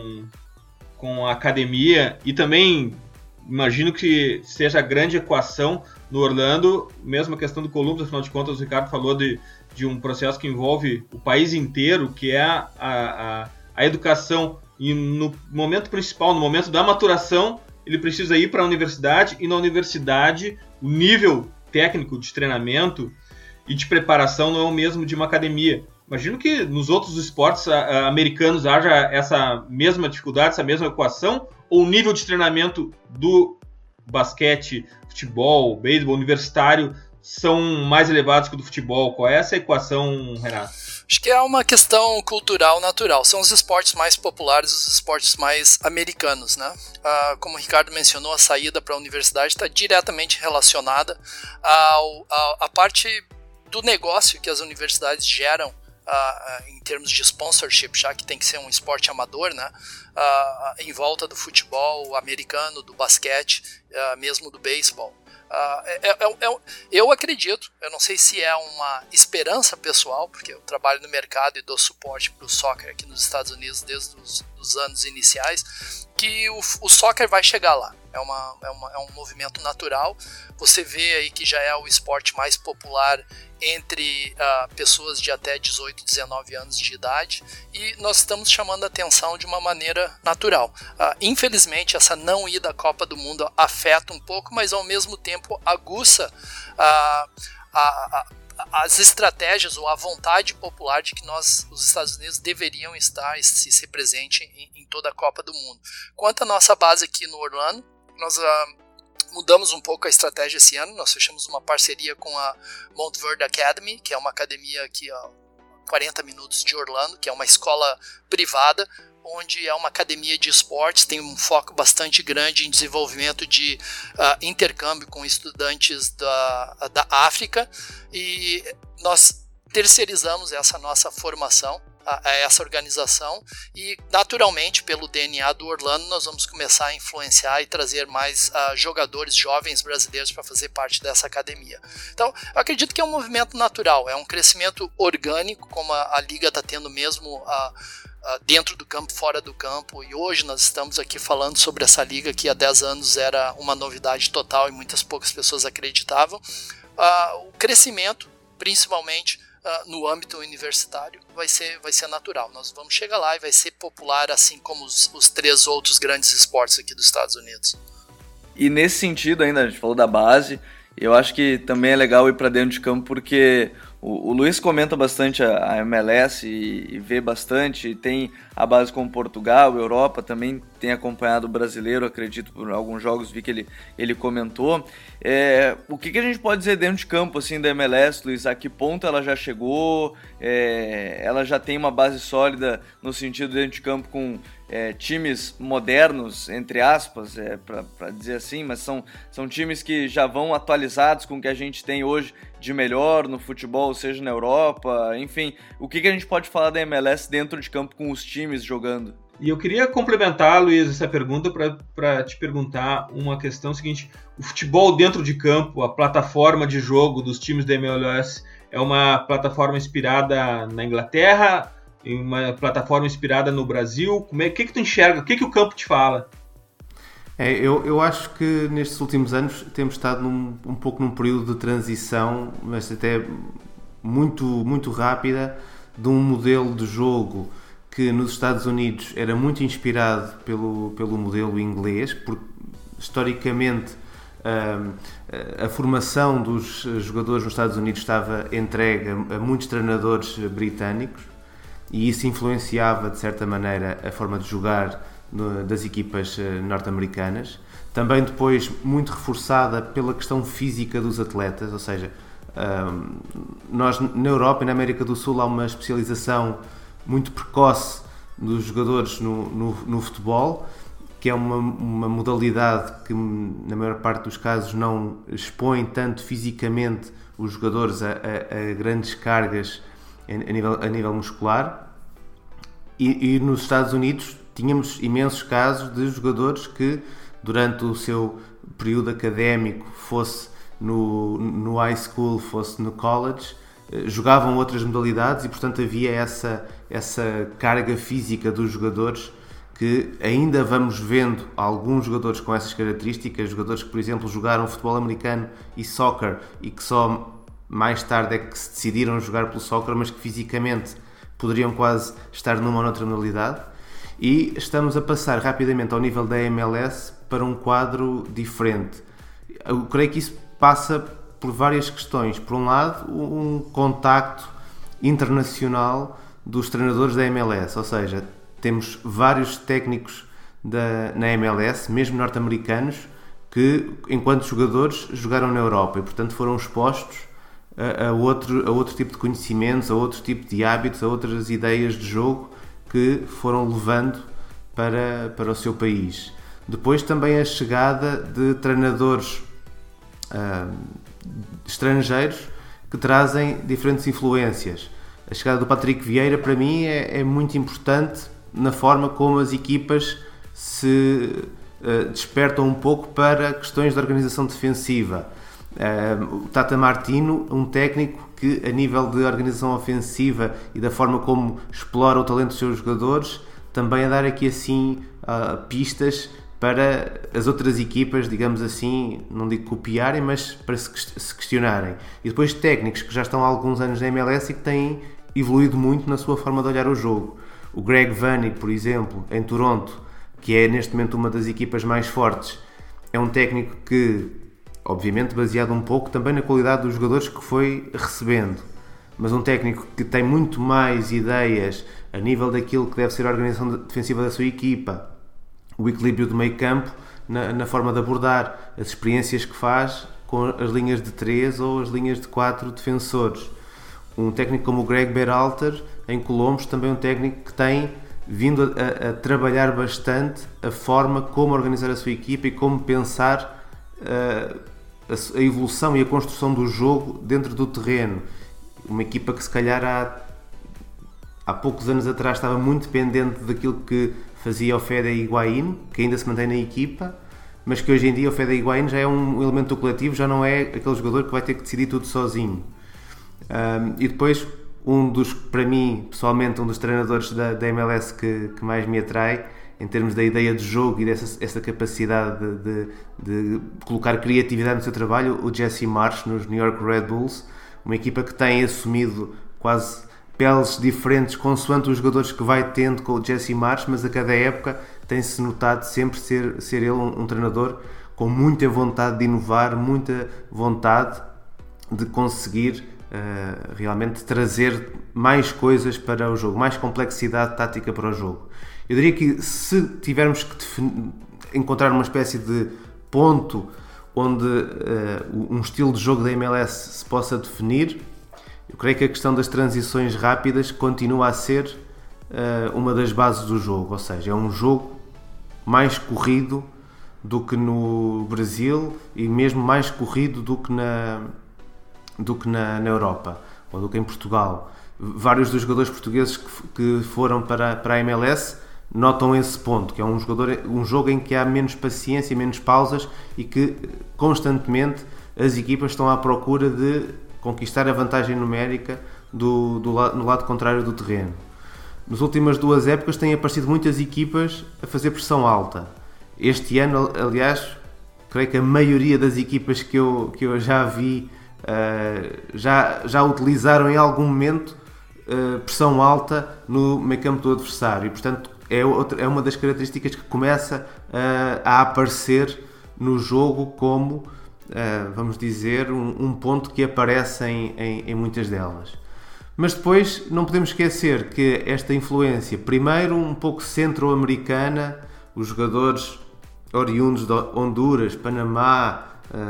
com a academia, e também imagino que seja a grande equação no Orlando, mesmo a questão do Columbus, afinal de contas o Ricardo falou de um processo que envolve o país inteiro, que é a educação, e no momento principal, no momento da maturação, ele precisa ir para a universidade, e na universidade o nível técnico de treinamento e de preparação não é o mesmo de uma academia. Imagino que nos outros esportes americanos haja essa mesma dificuldade, essa mesma equação, ou o nível de treinamento do basquete, futebol, beisebol, universitário são mais elevados que o do futebol? Qual é essa equação, Renato? Acho que é uma questão cultural natural. São os esportes mais populares, os esportes mais americanos, né? Como o Ricardo mencionou, a saída para a universidade está diretamente relacionada à parte do negócio que as universidades geram em termos de sponsorship, já que tem que ser um esporte amador, né? Em volta do futebol americano, do basquete, mesmo do beisebol. Eu acredito, eu não sei se é uma esperança pessoal, porque eu trabalho no mercado e dou suporte para o soccer aqui nos Estados Unidos desde os dos anos iniciais, que o soccer vai chegar lá. É um movimento natural. Você vê aí que já é o esporte mais popular entre pessoas de até 18, 19 anos de idade, e nós estamos chamando a atenção de uma maneira natural. Infelizmente, essa não ida à Copa do Mundo afeta um pouco, mas ao mesmo tempo aguça as estratégias ou a vontade popular de que os Estados Unidos deveriam estar se ser presente em toda a Copa do Mundo. Quanto à nossa base aqui no Orlando, nós mudamos um pouco a estratégia esse ano. Nós fechamos uma parceria com a Montverde Academy, que é uma academia aqui a 40 minutos de Orlando, que é uma escola privada, onde é uma academia de esportes, tem um foco bastante grande em desenvolvimento de intercâmbio com estudantes da África, e nós terceirizamos essa nossa formação a essa organização, e naturalmente pelo DNA do Orlando nós vamos começar a influenciar e trazer mais jogadores jovens brasileiros para fazer parte dessa academia. Então eu acredito que é um movimento natural, é um crescimento orgânico, como a liga está tendo mesmo dentro do campo, fora do campo, e hoje nós estamos aqui falando sobre essa liga que há 10 anos era uma novidade total e muitas poucas pessoas acreditavam. O crescimento, principalmente no âmbito universitário, vai ser natural. Nós vamos chegar lá e vai ser popular, assim como os 3 outros grandes esportes aqui dos Estados Unidos. E nesse sentido ainda, a gente falou da base, eu acho que também é legal ir para dentro de campo, porque o Luiz comenta bastante a MLS e vê bastante, tem a base com Portugal, Europa, também tem acompanhado o brasileiro, acredito, por alguns jogos, vi que ele comentou. O que a gente pode dizer dentro de campo assim, da MLS, Luiz? A que ponto ela já chegou? Ela já tem uma base sólida no sentido dentro de campo com times modernos, entre aspas, para dizer assim, mas são times que já vão atualizados com o que a gente tem hoje de melhor no futebol, seja na Europa, enfim. O que a gente pode falar da MLS dentro de campo com os times jogando? E eu queria complementar, Luiz, essa pergunta para te perguntar uma questão seguinte. O futebol dentro de campo, a plataforma de jogo dos times da MLS, é uma plataforma inspirada na Inglaterra, uma plataforma inspirada no Brasil? O que tu enxerga? O que o campo te fala? Eu acho que nestes últimos anos temos estado um pouco num período de transição, mas até muito, muito rápida, de um modelo de jogo que nos Estados Unidos era muito inspirado pelo modelo inglês, porque historicamente a formação dos jogadores nos Estados Unidos estava entregue a muitos treinadores britânicos, e isso influenciava de certa maneira a forma de jogar das equipas norte-americanas. Também depois muito reforçada pela questão física dos atletas, ou seja, nós na Europa e na América do Sul há uma especialização muito precoce dos jogadores no futebol, que é uma modalidade que na maior parte dos casos não expõe tanto fisicamente os jogadores a grandes cargas a nível muscular. E nos Estados Unidos tínhamos imensos casos de jogadores que durante o seu período académico, fosse no high school, fosse no college, jogavam outras modalidades, e portanto havia essa carga física dos jogadores, que ainda vamos vendo alguns jogadores com essas características, jogadores que, por exemplo, jogaram futebol americano e soccer, e que só mais tarde é que se decidiram jogar pelo soccer, mas que fisicamente poderiam quase estar numa ou noutra modalidade. E estamos a passar rapidamente ao nível da MLS para um quadro diferente. Eu creio que isso passa por várias questões. Por um lado, um contacto internacional dos treinadores da MLS, ou seja, temos vários técnicos na MLS, mesmo norte-americanos, que enquanto jogadores jogaram na Europa e portanto foram expostos a outro tipo de conhecimentos, a outro tipo de hábitos, a outras ideias de jogo que foram levando para o seu país. Depois também a chegada de treinadores estrangeiros que trazem diferentes influências. A chegada do Patrick Vieira, para mim, é muito importante na forma como as equipas se despertam um pouco para questões de organização defensiva. O Tata Martino, um técnico que, a nível de organização ofensiva e da forma como explora o talento dos seus jogadores, também a dar aqui assim pistas para as outras equipas, digamos assim, não digo copiarem, mas para se questionarem. E depois técnicos que já estão há alguns anos na MLS e que têm evoluído muito na sua forma de olhar o jogo. O Greg Vanney, por exemplo, em Toronto, que é neste momento uma das equipas mais fortes, é um técnico que, obviamente baseado um pouco também na qualidade dos jogadores que foi recebendo, mas um técnico que tem muito mais ideias a nível daquilo que deve ser a organização defensiva da sua equipa, o equilíbrio do meio campo, na forma de abordar as experiências que faz com as linhas de 3 ou as linhas de 4 defensores. Um técnico como o Greg Berhalter em Colombos, também um técnico que tem vindo a trabalhar bastante a forma como organizar a sua equipa e como pensar a evolução e a construção do jogo dentro do terreno. Uma equipa que se calhar há poucos anos atrás estava muito dependente daquilo que fazia o Fede Higuaín, que ainda se mantém na equipa, mas que hoje em dia o Fede Higuaín já é um elemento do coletivo, já não é aquele jogador que vai ter que decidir tudo sozinho. E depois, para mim, pessoalmente, um dos treinadores da MLS que mais me atrai, em termos da ideia de jogo e dessa capacidade de colocar criatividade no seu trabalho, o Jesse Marsch nos New York Red Bulls, uma equipa que tem assumido quase peles diferentes consoante os jogadores que vai tendo com o Jesse Marsch, mas a cada época tem-se notado sempre ser ele um treinador com muita vontade de inovar, muita vontade de conseguir realmente trazer mais coisas para o jogo, mais complexidade tática para o jogo. Eu diria que se tivermos que encontrar uma espécie de ponto onde um estilo de jogo da MLS se possa definir, eu creio que a questão das transições rápidas continua a ser uma das bases do jogo, ou seja, é um jogo mais corrido do que no Brasil e mesmo mais corrido do que na Europa ou do que em Portugal. Vários dos jogadores portugueses que foram para a MLS notam esse ponto, que é um jogo em que há menos paciência, menos pausas e que constantemente as equipas estão à procura de conquistar a vantagem numérica no lado contrário do terreno. Nas últimas 2 épocas têm aparecido muitas equipas a fazer pressão alta. Este ano, aliás, creio que a maioria das equipas que eu já vi já utilizaram em algum momento pressão alta no meio campo do adversário e, portanto, é uma das características que começa a aparecer no jogo como, vamos dizer, um ponto que aparece em muitas delas. Mas depois não podemos esquecer que esta influência, primeiro um pouco centro-americana, os jogadores oriundos de Honduras, Panamá,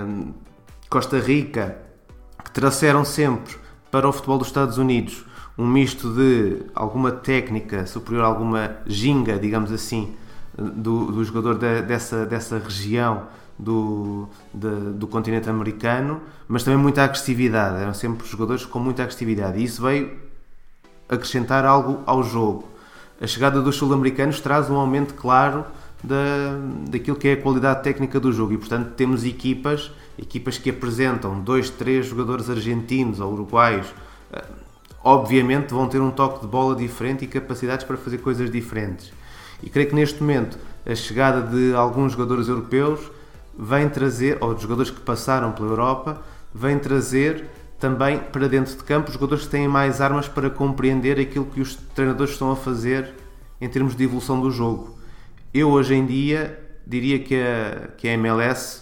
Costa Rica, que trouxeram sempre para o futebol dos Estados Unidos um misto de alguma técnica superior, alguma ginga, digamos assim, do jogador dessa região do continente americano, mas também muita agressividade. Eram sempre jogadores com muita agressividade e isso veio acrescentar algo ao jogo. A chegada dos sul-americanos traz um aumento claro daquilo que é a qualidade técnica do jogo e, portanto, temos equipas que apresentam 2, 3 jogadores argentinos ou uruguaios, obviamente vão ter um toque de bola diferente e capacidades para fazer coisas diferentes. E creio que neste momento a chegada de alguns jogadores europeus vem trazer, ou de jogadores que passaram pela Europa, vem trazer também para dentro de campo jogadores que têm mais armas para compreender aquilo que os treinadores estão a fazer em termos de evolução do jogo. Eu hoje em dia diria que a MLS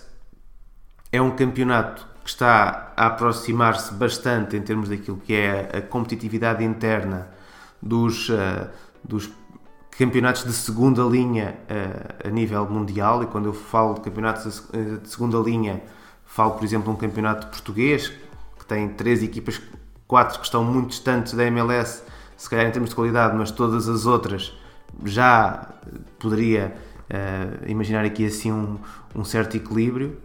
é um campeonato que está a aproximar-se bastante em termos daquilo que é a competitividade interna dos campeonatos de segunda linha a nível mundial, e quando eu falo de campeonatos de segunda linha, falo, por exemplo, de um campeonato português, que tem 3 equipas, 4 que estão muito distantes da MLS, se calhar em termos de qualidade, mas todas as outras já poderia imaginar aqui assim um certo equilíbrio,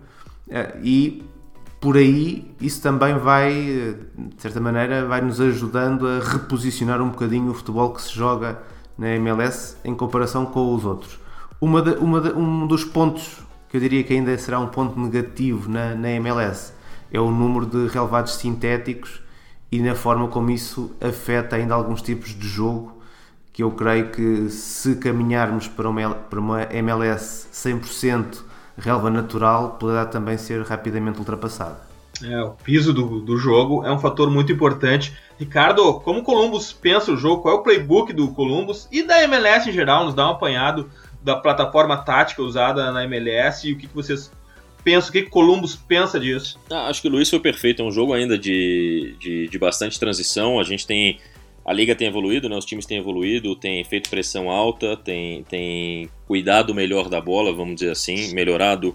e por aí isso também vai, de certa maneira, vai nos ajudando a reposicionar um bocadinho o futebol que se joga na MLS em comparação com os outros. Um dos pontos que eu diria que ainda será um ponto negativo na MLS é o número de relevados sintéticos e na forma como isso afeta ainda alguns tipos de jogo que eu creio que se caminharmos para uma MLS 100% relva natural, poderá também ser rapidamente ultrapassada. O piso do jogo é um fator muito importante. Ricardo, como o Columbus pensa o jogo? Qual é o playbook do Columbus e da MLS em geral? Nos dá um apanhado da plataforma tática usada na MLS e o que vocês pensam, o que o Columbus pensa disso? Acho que o Luiz foi perfeito. É um jogo ainda de bastante transição. A liga tem evoluído, né? Os times têm evoluído, tem feito pressão alta, tem cuidado melhor da bola, vamos dizer assim, melhorado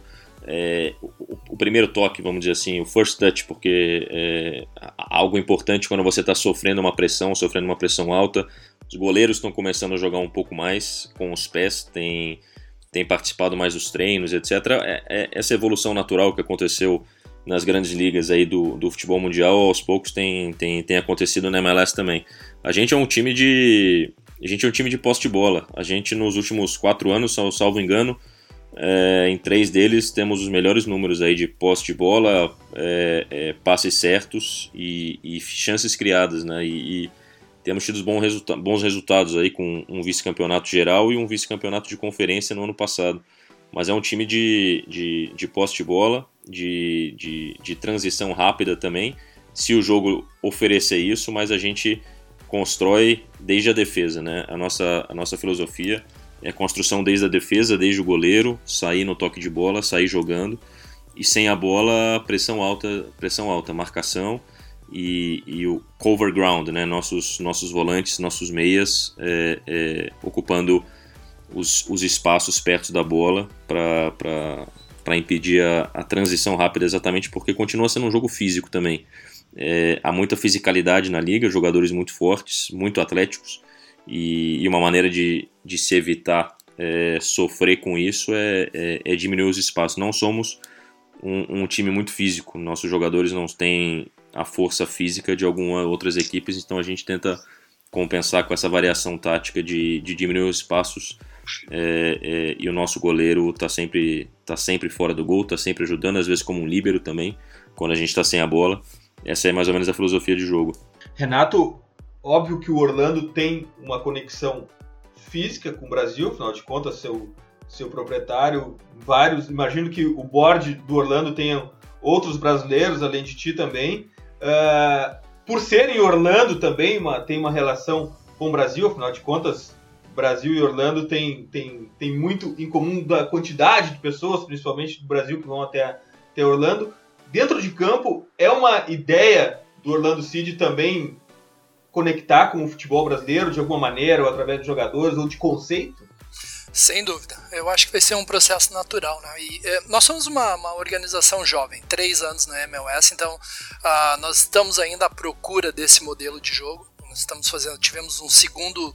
o primeiro toque, vamos dizer assim, o first touch, porque é algo importante quando você está sofrendo uma pressão alta. Os goleiros estão começando a jogar um pouco mais com os pés, têm participado mais dos treinos, etc. Essa evolução natural que aconteceu nas grandes ligas aí do futebol mundial, aos poucos tem acontecido na MLS também. A gente é um time de posse de bola. A gente, nos últimos 4 anos, salvo engano, em 3 deles temos os melhores números aí de posse de bola, passes certos e chances criadas, né? E temos tido bons resultados aí com um vice-campeonato geral e um vice-campeonato de conferência no ano passado. Mas é um time de posse de bola, de transição rápida também, se o jogo oferecer isso, mas a gente constrói desde a defesa, né? A nossa filosofia é construção desde a defesa, desde o goleiro, sair no toque de bola, sair jogando, e sem a bola, pressão alta, marcação e o cover ground, né? Nossos volantes, nossos meias ocupando os espaços perto da bola para impedir a transição rápida, exatamente porque continua sendo um jogo físico também. Há muita fisicalidade na liga, jogadores muito fortes, muito atléticos, e uma maneira de se evitar sofrer com isso é diminuir os espaços. Não somos um time muito físico, nossos jogadores não têm a força física de algumas outras equipes, então a gente tenta compensar com essa variação tática de diminuir os espaços, e o nosso goleiro está sempre fora do gol, está sempre ajudando, às vezes como um líbero também, quando a gente está sem a bola. Essa é mais ou menos a filosofia de jogo. Renato, óbvio que o Orlando tem uma conexão física com o Brasil, afinal de contas, seu proprietário, imagino que o board do Orlando tenha outros brasileiros, além de ti também. Por serem Orlando também, tem uma relação com o Brasil, afinal de contas, Brasil e Orlando tem muito em comum da quantidade de pessoas, principalmente do Brasil, que vão até Orlando. Dentro de campo, é uma ideia do Orlando City também conectar com o futebol brasileiro de alguma maneira, ou através de jogadores, ou de conceito? Sem dúvida. Eu acho que vai ser um processo natural, né? E nós somos uma organização jovem, 3 anos na MLS, então nós estamos ainda à procura desse modelo de jogo. Nós tivemos um segundo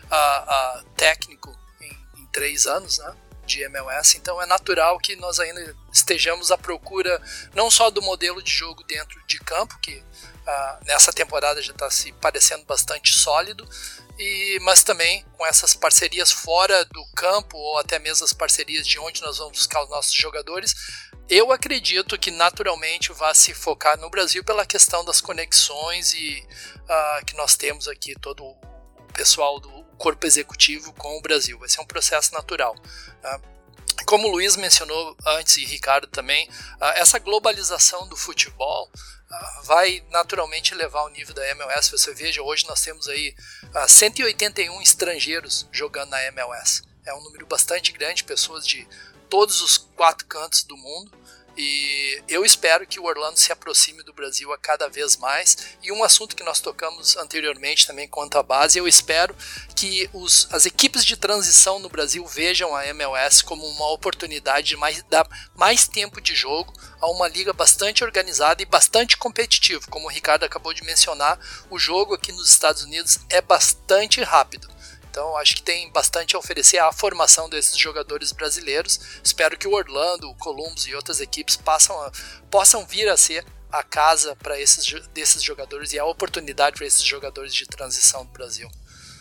técnico em 3 anos, né, de MLS, então é natural que nós ainda estejamos à procura não só do modelo de jogo dentro de campo, que nessa temporada já está se parecendo bastante sólido, mas também com essas parcerias fora do campo, ou até mesmo as parcerias de onde nós vamos buscar os nossos jogadores. Eu acredito que naturalmente vai se focar no Brasil pela questão das conexões e que nós temos aqui, todo o pessoal do corpo executivo com o Brasil. Vai ser um processo natural. Como o Luiz mencionou antes, e Ricardo também, essa globalização do futebol vai naturalmente levar o nível da MLS. Você veja, hoje nós temos aí 181 estrangeiros jogando na MLS. É um número bastante grande, pessoas de todos os 4 cantos do mundo, e eu espero que o Orlando se aproxime do Brasil a cada vez mais. E um assunto que nós tocamos anteriormente também quanto à base, eu espero que as equipes de transição no Brasil vejam a MLS como uma oportunidade de dar mais tempo de jogo a uma liga bastante organizada e bastante competitiva. Como o Ricardo acabou de mencionar, o jogo aqui nos Estados Unidos é bastante rápido. Então acho que tem bastante a oferecer à formação desses jogadores brasileiros. Espero que o Orlando, o Columbus e outras equipes possam vir a ser a casa para desses jogadores e a oportunidade para esses jogadores de transição do Brasil.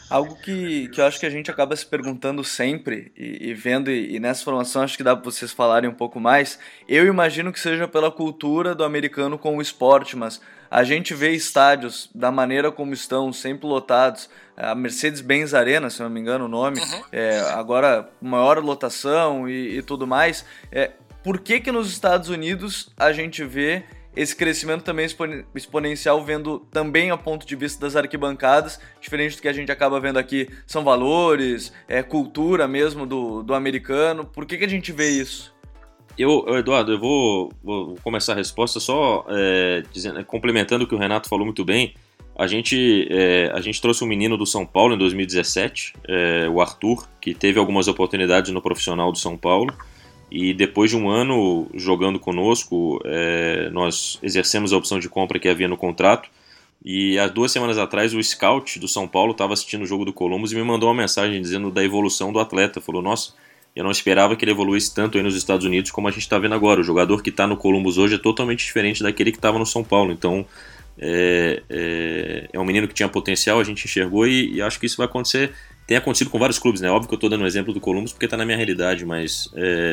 Algo que eu acho que a gente acaba se perguntando sempre e vendo, e nessa formação acho que dá para vocês falarem um pouco mais. Eu imagino que seja pela cultura do americano com o esporte, mas a gente vê estádios da maneira como estão, sempre lotados. A Mercedes-Benz Arena, se não me engano o nome, agora maior lotação e tudo mais. Por que nos Estados Unidos a gente vê esse crescimento também exponencial, vendo também a ponto de vista das arquibancadas, diferente do que a gente acaba vendo aqui, são valores, cultura mesmo do americano. Por que a gente vê isso? Eduardo, eu vou começar a resposta só complementando o que o Renato falou muito bem. A gente trouxe um menino do São Paulo em 2017, o Arthur, que teve algumas oportunidades no profissional do São Paulo. E depois de um ano jogando conosco, nós exercemos a opção de compra que havia no contrato. E há 2 semanas atrás o scout do São Paulo estava assistindo o jogo do Columbus e me mandou uma mensagem dizendo da evolução do atleta. Falou, nossa, eu não esperava que ele evoluísse tanto aí nos Estados Unidos como a gente está vendo agora. O jogador que está no Columbus hoje é totalmente diferente daquele que estava no São Paulo. Então é um menino que tinha potencial, a gente enxergou e acho que isso vai acontecer. Tem acontecido com vários clubes, né? Óbvio que eu estou dando um exemplo do Columbus porque está na minha realidade, mas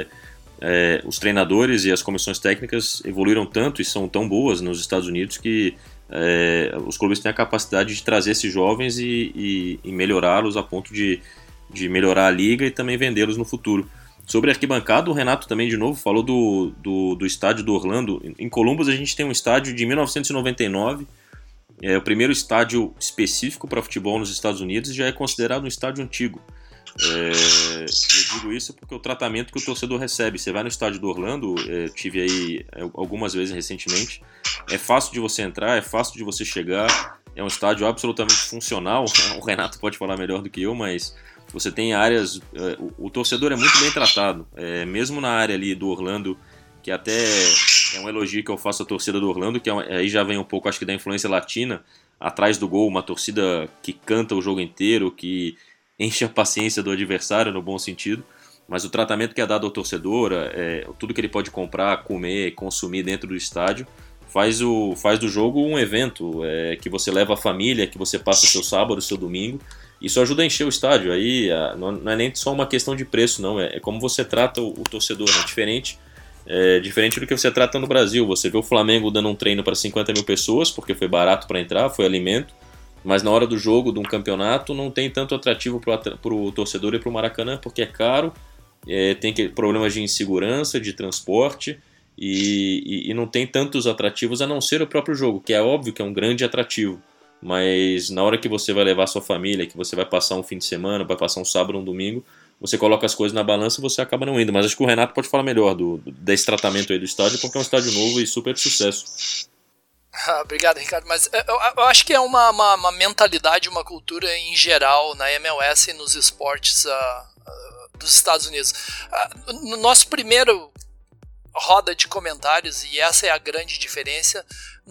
os treinadores e as comissões técnicas evoluíram tanto e são tão boas nos Estados Unidos que os clubes têm a capacidade de trazer esses jovens e melhorá-los a ponto de melhorar a liga e também vendê-los no futuro. Sobre a arquibancada, o Renato também de novo falou do estádio do Orlando. Em Columbus a gente tem um estádio de 1999, o primeiro estádio específico para futebol nos Estados Unidos e já é considerado um estádio antigo. Eu digo isso porque o tratamento que o torcedor recebe. Você vai no estádio do Orlando, tive aí algumas vezes recentemente, é fácil de você entrar, é fácil de você chegar, é um estádio absolutamente funcional. O Renato pode falar melhor do que eu, mas você tem áreas, o torcedor é muito bem tratado, mesmo na área ali do Orlando, que até é um elogio que eu faço à torcida do Orlando, que aí já vem um pouco, acho que da influência latina, atrás do gol, uma torcida que canta o jogo inteiro, que enche a paciência do adversário no bom sentido, mas o tratamento que é dado ao torcedor, tudo que ele pode comprar, comer, consumir dentro do estádio, faz do jogo um evento, que você leva a família, que você passa seu sábado, seu domingo. Isso ajuda a encher o estádio. Aí não é nem só uma questão de preço, não, é como você trata o torcedor, né? Diferente do que você trata no Brasil. Você vê o Flamengo dando um treino para 50 mil pessoas, porque foi barato para entrar, foi alimento, mas na hora do jogo, de um campeonato, não tem tanto atrativo para o torcedor e para o Maracanã, porque é caro, tem problemas de insegurança, de transporte, e não tem tantos atrativos a não ser o próprio jogo, que é óbvio que é um grande atrativo, mas na hora que você vai levar sua família, que você vai passar um fim de semana, vai passar um sábado, um domingo, você coloca as coisas na balança e você acaba não indo. Mas acho que o Renato pode falar melhor desse tratamento aí do estádio, porque é um estádio novo e super de sucesso. Obrigado, Ricardo, mas eu acho que é uma mentalidade, uma cultura em geral na MLS e nos esportes dos Estados Unidos. No nosso primeiro roda de comentários, e essa é a grande diferença,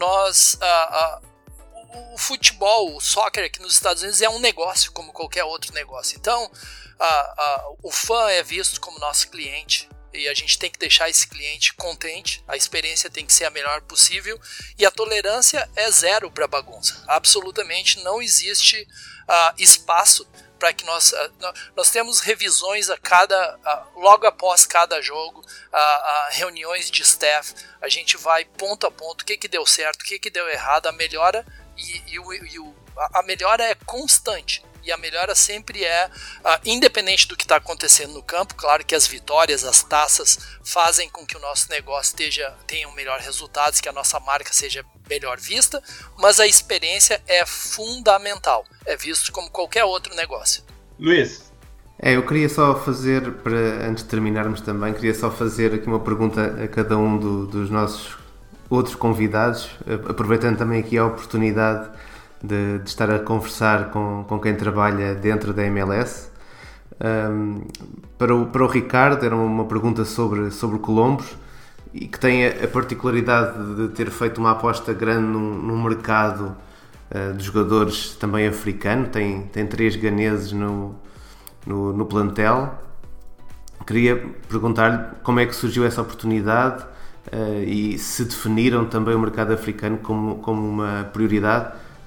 o futebol, o soccer aqui nos Estados Unidos é um negócio como qualquer outro negócio. Então, o fã é visto como nosso cliente e a gente tem que deixar esse cliente contente, a experiência tem que ser a melhor possível e a tolerância é zero para bagunça. Absolutamente não existe espaço para que nós temos revisões logo após cada jogo, reuniões de staff, a gente vai ponto a ponto, o que deu certo, o que deu errado, a melhora a melhora é constante. E a melhora sempre independente do que está acontecendo no campo. Claro que as vitórias, as taças fazem com que o nosso negócio tenha melhores resultados, que a nossa marca seja melhor vista, mas a experiência é fundamental, é visto como qualquer outro negócio. Luiz? Eu queria só fazer, antes de terminarmos também, queria só fazer aqui uma pergunta a cada um dos nossos outros convidados, aproveitando também aqui a oportunidade de estar a conversar com quem trabalha dentro da MLS. Para o Ricardo, era uma pergunta sobre o Columbus, e que tem a particularidade de ter feito uma aposta grande num mercado de jogadores também africano, tem 3 ganeses no plantel. Queria perguntar-lhe como é que surgiu essa oportunidade e se definiram também o mercado africano como uma prioridade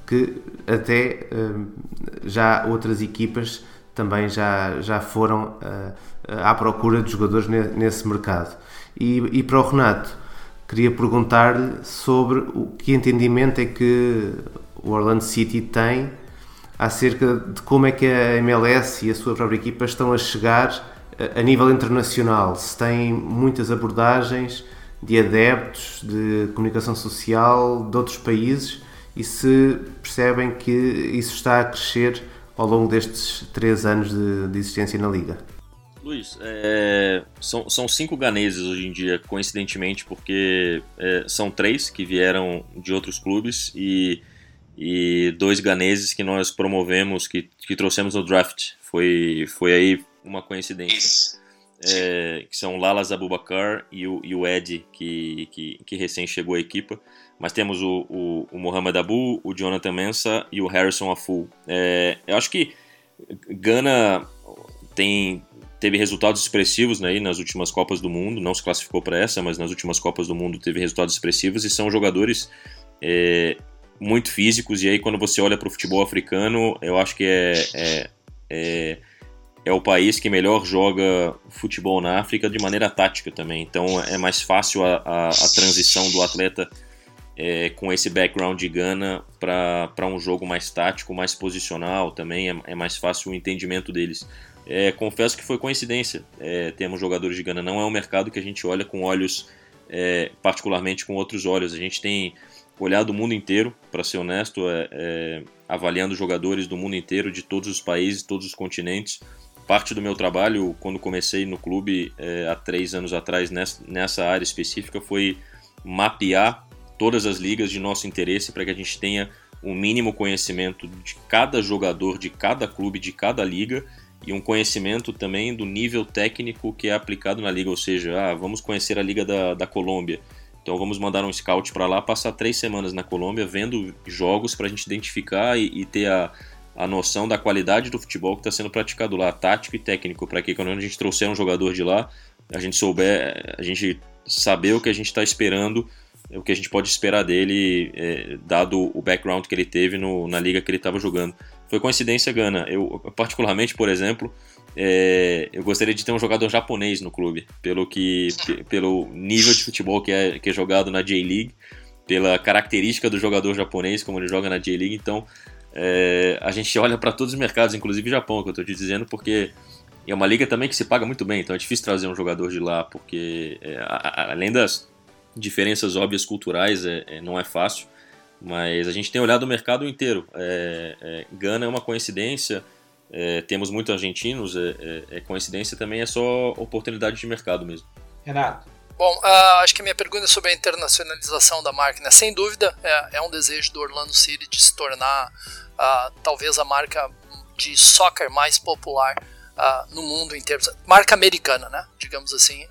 que até já outras equipas também já foram à procura de jogadores nesse mercado. E para o Renato, queria perguntar-lhe sobre o que entendimento é que o Orlando City tem acerca de como é que a MLS e a sua própria equipa estão a chegar a nível internacional. Se têm muitas abordagens de adeptos, de comunicação social de outros países, e se percebem que isso está a crescer ao longo destes 3 anos de existência na Liga. Luiz, são 5 ganeses hoje em dia, coincidentemente, porque são 3 que vieram de outros clubes e 2 ganeses que nós promovemos, que trouxemos no draft. Foi aí uma coincidência. Que são o Lalas Abubakar e o Ed, que recém chegou à equipa. Mas temos o Mohamed Abu, o Jonathan Mensah e o Harrison Afful. Eu acho que Gana teve resultados expressivos, né, nas últimas Copas do Mundo. Não se classificou para essa, mas nas últimas Copas do Mundo teve resultados expressivos e são jogadores muito físicos. E aí quando você olha para o futebol africano, eu acho que é o país que melhor joga futebol na África de maneira tática também. Então é mais fácil a transição do atleta com esse background de Gana para um jogo mais tático, mais posicional também. É mais fácil o entendimento deles. Confesso que foi coincidência. Temos jogadores de Gana. Não é um mercado que a gente olha com olhos, particularmente com outros olhos. A gente tem olhado o mundo inteiro, para ser honesto, avaliando jogadores do mundo inteiro, de todos os países, todos os continentes. Parte do meu trabalho, quando comecei no clube há 3 anos atrás, nessa área específica, foi mapear todas as ligas de nosso interesse para que a gente tenha um mínimo conhecimento de cada jogador, de cada clube, de cada liga, e um conhecimento também do nível técnico que é aplicado na liga. Ou seja, vamos conhecer a liga da Colômbia, então vamos mandar um scout para lá, passar 3 semanas na Colômbia vendo jogos para a gente identificar e ter a noção da qualidade do futebol que está sendo praticado lá, tático e técnico, para que quando a gente trouxer um jogador de lá, a gente saber o que a gente está esperando, o que a gente pode esperar dele, dado o background que ele teve na liga que ele estava jogando. Foi coincidência, Gana. Eu, particularmente, por exemplo, eu gostaria de ter um jogador japonês no clube, pelo nível de futebol que é jogado na J-League, pela característica do jogador japonês, como ele joga na J-League. Então, a gente olha para todos os mercados, inclusive o Japão, que eu estou te dizendo, porque é uma liga também que se paga muito bem, então é difícil trazer um jogador de lá, porque além das diferenças óbvias culturais, não é fácil, mas a gente tem olhado o mercado inteiro. Gana é uma coincidência, temos muitos argentinos, coincidência também, é só oportunidade de mercado mesmo. Renato? Bom, acho que a minha pergunta é sobre a internacionalização da marca, né? Sem dúvida, é um desejo do Orlando City de se tornar talvez a marca de soccer mais popular no mundo inteiro, marca americana, né? Digamos assim,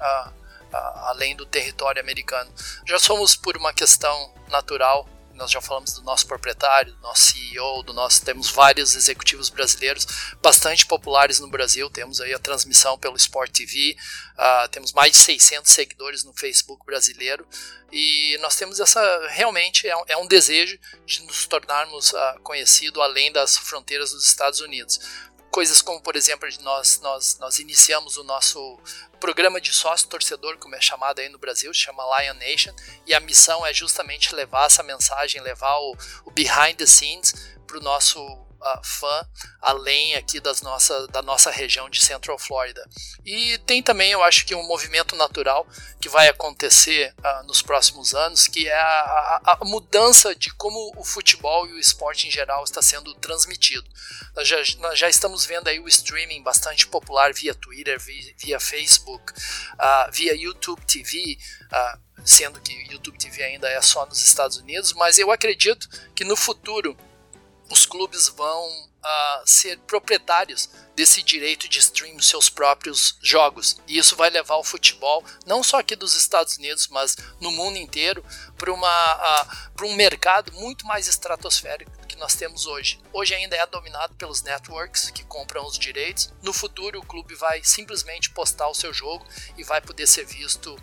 além do território americano. Já somos, por uma questão natural, nós já falamos do nosso proprietário, do nosso CEO, temos vários executivos brasileiros bastante populares no Brasil. Temos aí a transmissão pelo Sport TV, temos mais de 600 seguidores no Facebook brasileiro, e nós temos realmente é um desejo de nos tornarmos conhecidos além das fronteiras dos Estados Unidos. Coisas como, por exemplo, nós iniciamos o nosso programa de sócio-torcedor, como é chamado aí no Brasil, se chama Lion Nation, e a missão é justamente levar essa mensagem, levar o behind the scenes para o nosso fã, além aqui da nossa região de Central Florida. E tem também, eu acho que um movimento natural que vai acontecer nos próximos anos, que é a mudança de como o futebol e o esporte em geral está sendo transmitido. Nós já estamos vendo aí o streaming bastante popular via Twitter, via Facebook, via YouTube TV, sendo que YouTube TV ainda é só nos Estados Unidos, mas eu acredito que no futuro os clubes vão ser proprietários desse direito de stream dos seus próprios jogos, e isso vai levar o futebol, não só aqui dos Estados Unidos, mas no mundo inteiro, para um mercado muito mais estratosférico do que nós temos hoje. Hoje ainda é dominado pelos networks que compram os direitos. No futuro o clube vai simplesmente postar o seu jogo e vai poder ser visto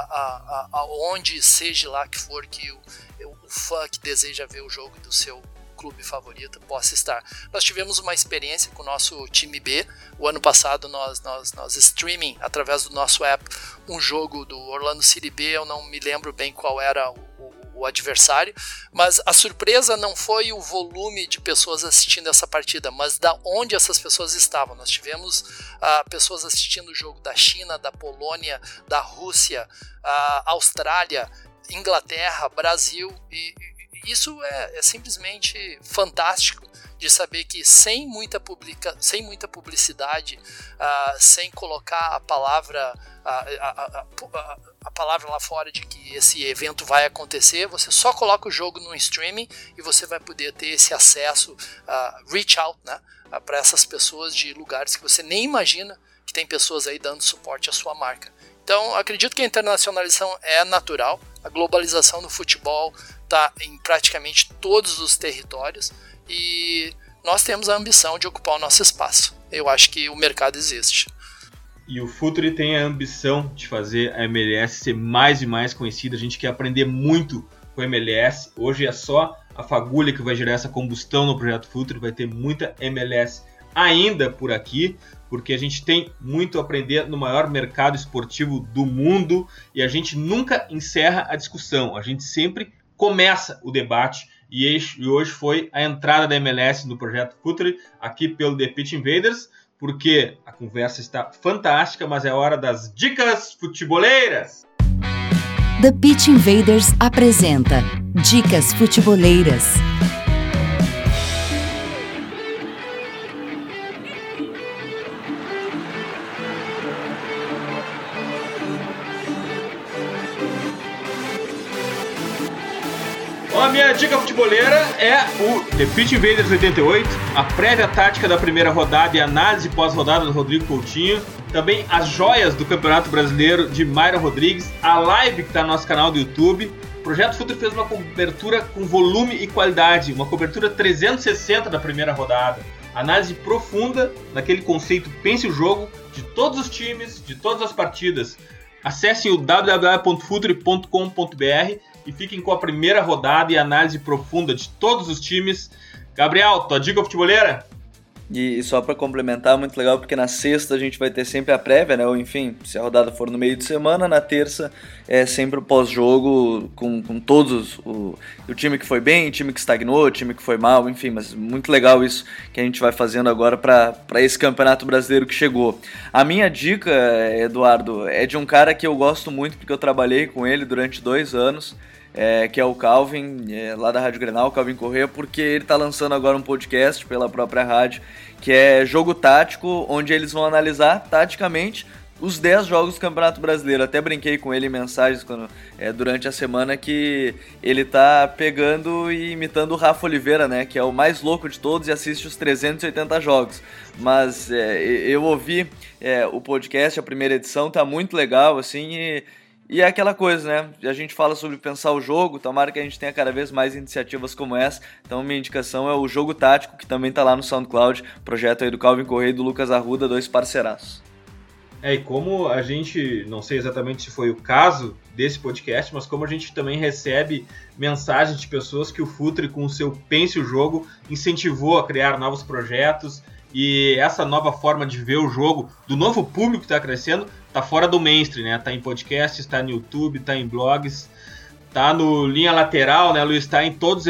aonde seja lá que for que o fã que deseja ver o jogo do seu clube favorito possa estar. Nós tivemos uma experiência com o nosso time B. O ano passado nós streaming através do nosso app um jogo do Orlando City B. Eu não me lembro bem qual era o adversário, mas a surpresa não foi o volume de pessoas assistindo essa partida, mas da onde essas pessoas estavam. Nós tivemos pessoas assistindo o jogo da China, da Polônia, da Rússia, Austrália, Inglaterra, Brasil, e isso é simplesmente fantástico de saber que sem muita publicidade, sem colocar a palavra lá fora de que esse evento vai acontecer, você só coloca o jogo no streaming e você vai poder ter esse acesso, reach out, né, para essas pessoas de lugares que você nem imagina que tem pessoas aí dando suporte à sua marca. Então, acredito que a internacionalização é natural, a globalização no futebol está em praticamente todos os territórios e nós temos a ambição de ocupar o nosso espaço. Eu acho que o mercado existe. E o Futuri tem a ambição de fazer a MLS ser mais e mais conhecida. A gente quer aprender muito com a MLS. Hoje é só a fagulha que vai gerar essa combustão no projeto Futuri. Vai ter muita MLS ainda por aqui, porque a gente tem muito a aprender no maior mercado esportivo do mundo e a gente nunca encerra a discussão. A gente sempre começa o debate e hoje foi a entrada da MLS no projeto Futuri aqui pelo The Pitch Invaders, porque a conversa está fantástica, mas é hora das dicas futeboleiras. The Pitch Invaders apresenta Dicas Futeboleiras. A minha dica futeboleira é o The Pitch Invaders 88, a prévia tática da primeira rodada e análise pós-rodada do Rodrigo Coutinho, também as joias do Campeonato Brasileiro de Mayra Rodrigues, a live que está no nosso canal do YouTube. O Projeto Futuri fez uma cobertura com volume e qualidade, uma cobertura 360 da primeira rodada, análise profunda naquele conceito pense o jogo de todos os times, de todas as partidas. Acessem o www.futuri.com.br e fiquem com a primeira rodada e análise profunda de todos os times. Gabriel, tua dica futeboleira? E só para complementar, muito legal, porque na sexta a gente vai ter sempre a prévia, né? Ou enfim, se a rodada for no meio de semana, na terça é sempre o pós-jogo com todos, o time que foi bem, o time que estagnou, o time que foi mal, enfim, mas muito legal isso que a gente vai fazendo agora para esse Campeonato Brasileiro que chegou. A minha dica, Eduardo, é de um cara que eu gosto muito, porque eu trabalhei com ele durante 2 anos, que é o Calvin, lá da Rádio Grenal, o Calvin Corrêa, porque ele está lançando agora um podcast pela própria rádio, que é Jogo Tático, onde eles vão analisar taticamente os 10 jogos do Campeonato Brasileiro. Até brinquei com ele em mensagens durante a semana que ele tá pegando e imitando o Rafa Oliveira, né, que é o mais louco de todos e assiste os 380 jogos. Mas eu ouvi o podcast, a primeira edição, tá muito legal, assim, e é aquela coisa, né? A gente fala sobre pensar o jogo, tomara que a gente tenha cada vez mais iniciativas como essa. Então minha indicação é o Jogo Tático, que também tá lá no SoundCloud, projeto aí do Calvin Corrêa e do Lucas Arruda, 2 parceiraços. E como a gente, não sei exatamente se foi o caso desse podcast, mas como a gente também recebe mensagens de pessoas que o Futuri, com o seu Pense o Jogo, incentivou a criar novos projetos, e essa nova forma de ver o jogo do novo público que está crescendo está fora do mainstream, né? Está em podcasts, está no YouTube, está em blogs, está no Linha Lateral, né, Luiz? Está em todas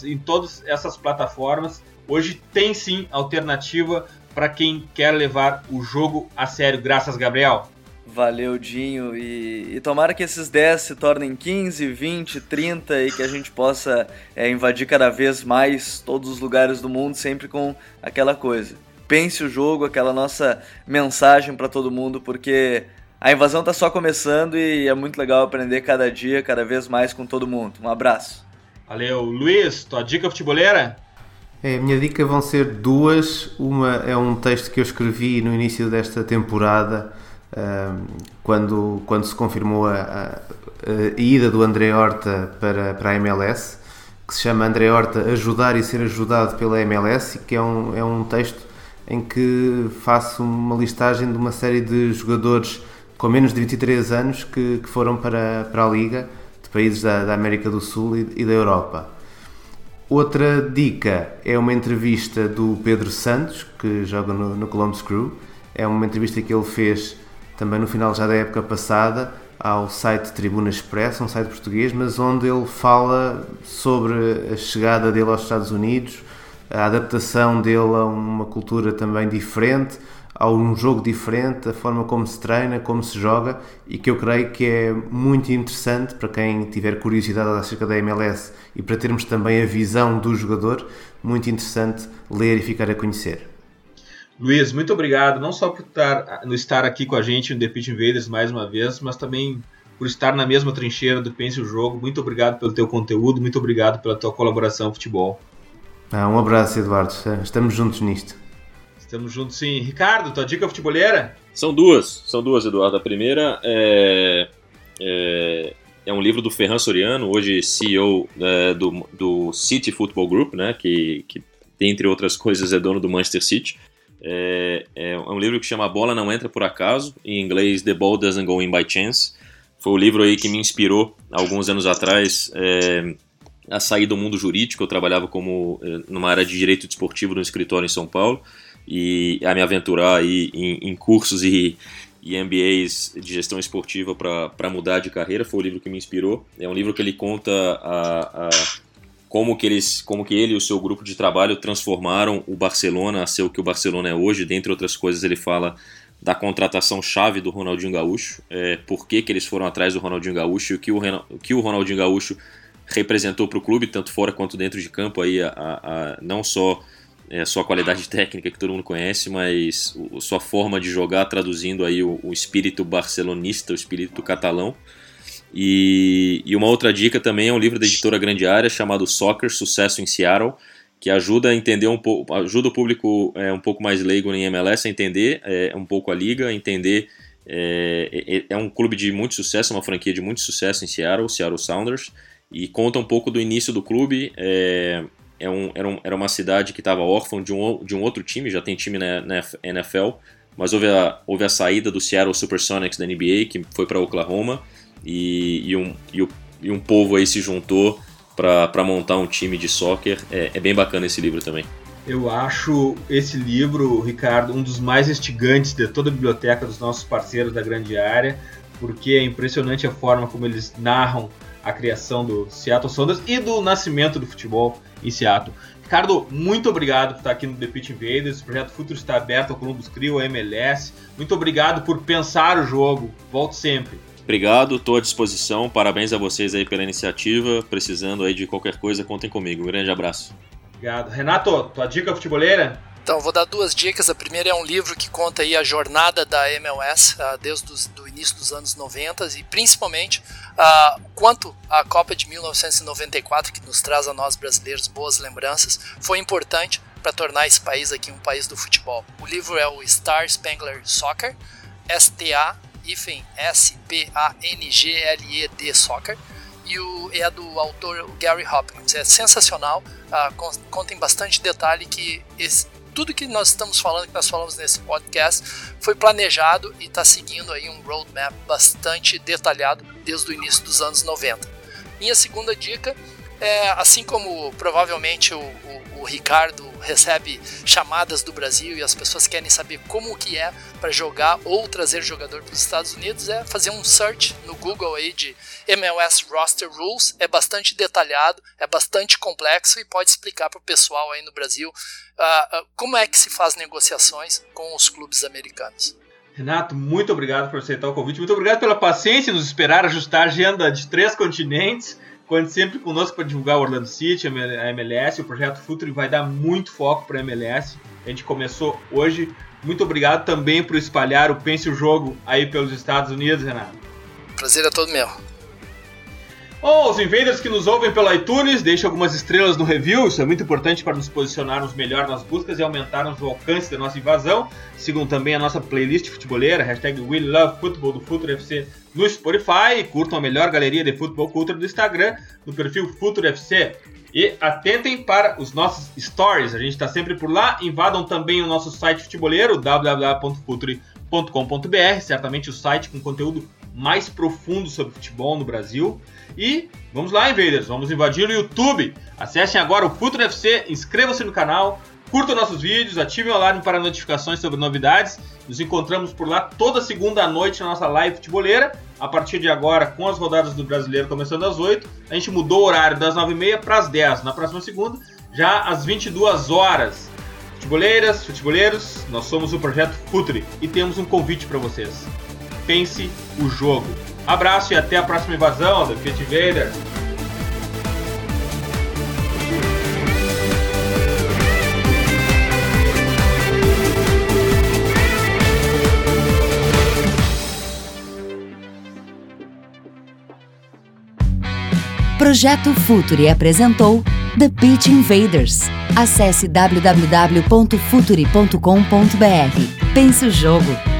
essas plataformas. Hoje tem sim alternativa para quem quer levar o jogo a sério. Graças, Gabriel. Valeu, Dinho, e tomara que esses 10 se tornem 15, 20, 30 e que a gente possa invadir cada vez mais todos os lugares do mundo, sempre com aquela coisa. Pense o jogo, aquela nossa mensagem para todo mundo, porque a invasão tá só começando e é muito legal aprender cada dia, cada vez mais com todo mundo. Um abraço. Valeu. Luiz, tua dica futeboleira? Minha dica vão ser 2. Uma é um texto que eu escrevi no início desta temporada, quando se confirmou a ida do André Horta para a MLS, que se chama André Horta Ajudar e Ser Ajudado pela MLS, e que é um texto em que faço uma listagem de uma série de jogadores com menos de 23 anos que foram para a Liga, de países da América do Sul e da Europa. Outra dica é uma entrevista do Pedro Santos, que joga no Columbus Crew. É uma entrevista que ele fez também no final já da época passada ao site Tribuna Express, um site português, mas onde ele fala sobre a chegada dele aos Estados Unidos, a adaptação dele a uma cultura também diferente, a um jogo diferente, a forma como se treina, como se joga, e que eu creio que é muito interessante para quem tiver curiosidade acerca da MLS e para termos também a visão do jogador, muito interessante ler e ficar a conhecer. Luiz, muito obrigado, não só por estar aqui com a gente no The Pitch Invaders mais uma vez, mas também por estar na mesma trincheira do Pense o Jogo. Muito obrigado pelo teu conteúdo, muito obrigado pela tua colaboração no futebol. Um abraço, Eduardo, estamos juntos nisto. Estamos juntos sim. Ricardo, tua dica futeboleira? São duas, Eduardo. A primeira é um livro do Ferran Soriano, hoje CEO do City Football Group, né, que dentre outras coisas é dono do Manchester City. É um livro que chama A Bola Não Entra Por Acaso, em inglês The Ball Doesn't Go In By Chance. Foi o livro aí que me inspirou alguns anos atrás a sair do mundo jurídico. Eu trabalhava numa área de direito desportivo no escritório em São Paulo, e a me aventurar aí em cursos e MBAs de gestão esportiva para mudar de carreira. Foi o livro que me inspirou. É um livro que ele conta como que ele e o seu grupo de trabalho transformaram o Barcelona a ser o que o Barcelona é hoje. Dentre outras coisas, ele fala da contratação chave do Ronaldinho Gaúcho, por que eles foram atrás do Ronaldinho Gaúcho e o que o Ronaldinho Gaúcho representou para o clube, tanto fora quanto dentro de campo, aí, não só sua qualidade técnica que todo mundo conhece, mas sua forma de jogar, traduzindo aí o espírito barcelonista, o espírito catalão. E uma outra dica também é um livro da editora Grande Área chamado Soccer, Sucesso em Seattle, que ajuda a entender ajuda o público um pouco mais leigo em MLS a entender um pouco a liga, a entender. É um clube de muito sucesso, uma franquia de muito sucesso em Seattle, o Seattle Sounders, e conta um pouco do início do clube. Era uma cidade que estava órfã de um outro time, já tem time na NFL, mas houve a saída do Seattle Supersonics da NBA, que foi para Oklahoma, e um povo aí se juntou para montar um time de soccer. É bem bacana esse livro também. Eu acho esse livro, Ricardo, um dos mais instigantes de toda a biblioteca dos nossos parceiros da Grande Área, porque é impressionante a forma como eles narram a criação do Seattle Sounders e do nascimento do futebol em Seattle. Ricardo, muito obrigado por estar aqui no The Pitch Invaders. O Projeto Futuro está aberto ao Columbus Crew, à MLS. Muito obrigado por pensar o jogo. Volte sempre. Obrigado, estou à disposição. Parabéns a vocês aí pela iniciativa. Precisando aí de qualquer coisa, contem comigo. Um grande abraço. Obrigado. Renato, tua dica futeboleira? Então, vou dar duas dicas. A primeira é um livro que conta aí a jornada da MLS desde o início dos anos 90 e principalmente quanto a Copa de 1994, que nos traz a nós brasileiros boas lembranças, foi importante para tornar esse país aqui um país do futebol. O livro é o Star Spangled Soccer, STASPANGLED Soccer, e é do autor Gary Hopkins. É sensacional, conta em bastante detalhe que tudo que nós estamos falando, que nós falamos nesse podcast, foi planejado e está seguindo aí um roadmap bastante detalhado desde o início dos anos 90. Minha segunda dica é, assim como provavelmente o Ricardo recebe chamadas do Brasil e as pessoas querem saber como que é para jogar ou trazer jogador para os Estados Unidos, é fazer um search no Google aí de MLS Roster Rules. É bastante detalhado, é bastante complexo e pode explicar para o pessoal aí no Brasil como é que se faz negociações com os clubes americanos. Renato, muito obrigado por aceitar o convite, muito obrigado pela paciência em nos esperar ajustar a agenda de 3 continentes. Conte sempre conosco para divulgar o Orlando City, a MLS. O Projeto Futuro vai dar muito foco para a MLS. A gente começou hoje. Muito obrigado também por espalhar o Pense o Jogo aí pelos Estados Unidos, Renato. Prazer é todo meu. Bom, os invaders que nos ouvem pelo iTunes, deixem algumas estrelas no review. Isso é muito importante para nos posicionarmos melhor nas buscas e aumentarmos o alcance da nossa invasão. Sigam também a nossa playlist futeboleira, hashtag WeLoveFootball do Futuro FC no Spotify. E curtam a melhor galeria de futebol cultura do Instagram, no perfil Futuro FC. E atentem para os nossos stories, a gente está sempre por lá. Invadam também o nosso site futeboleiro, www.futuri.com.br. Certamente o site com conteúdo mais profundo sobre futebol no Brasil. E vamos lá, Invaders, vamos invadir o YouTube. Acessem agora o Futuri FC, inscrevam-se no canal, curtam nossos vídeos, ativem o alarme para notificações sobre novidades. Nos encontramos por lá toda segunda à noite na nossa live futeboleira. A partir de agora, com as rodadas do Brasileiro começando às 8, a gente mudou o horário das 9h30 para as 10. Na próxima segunda, já às 22 horas. Futeboleiras, futeboleiros, nós somos o Projeto Futuri e temos um convite para vocês. Pense o jogo. Abraço e até a próxima invasão do Pit Invaders. Projeto Futuri apresentou The Pitch Invaders. Acesse www.futuri.com.br. Pense o jogo.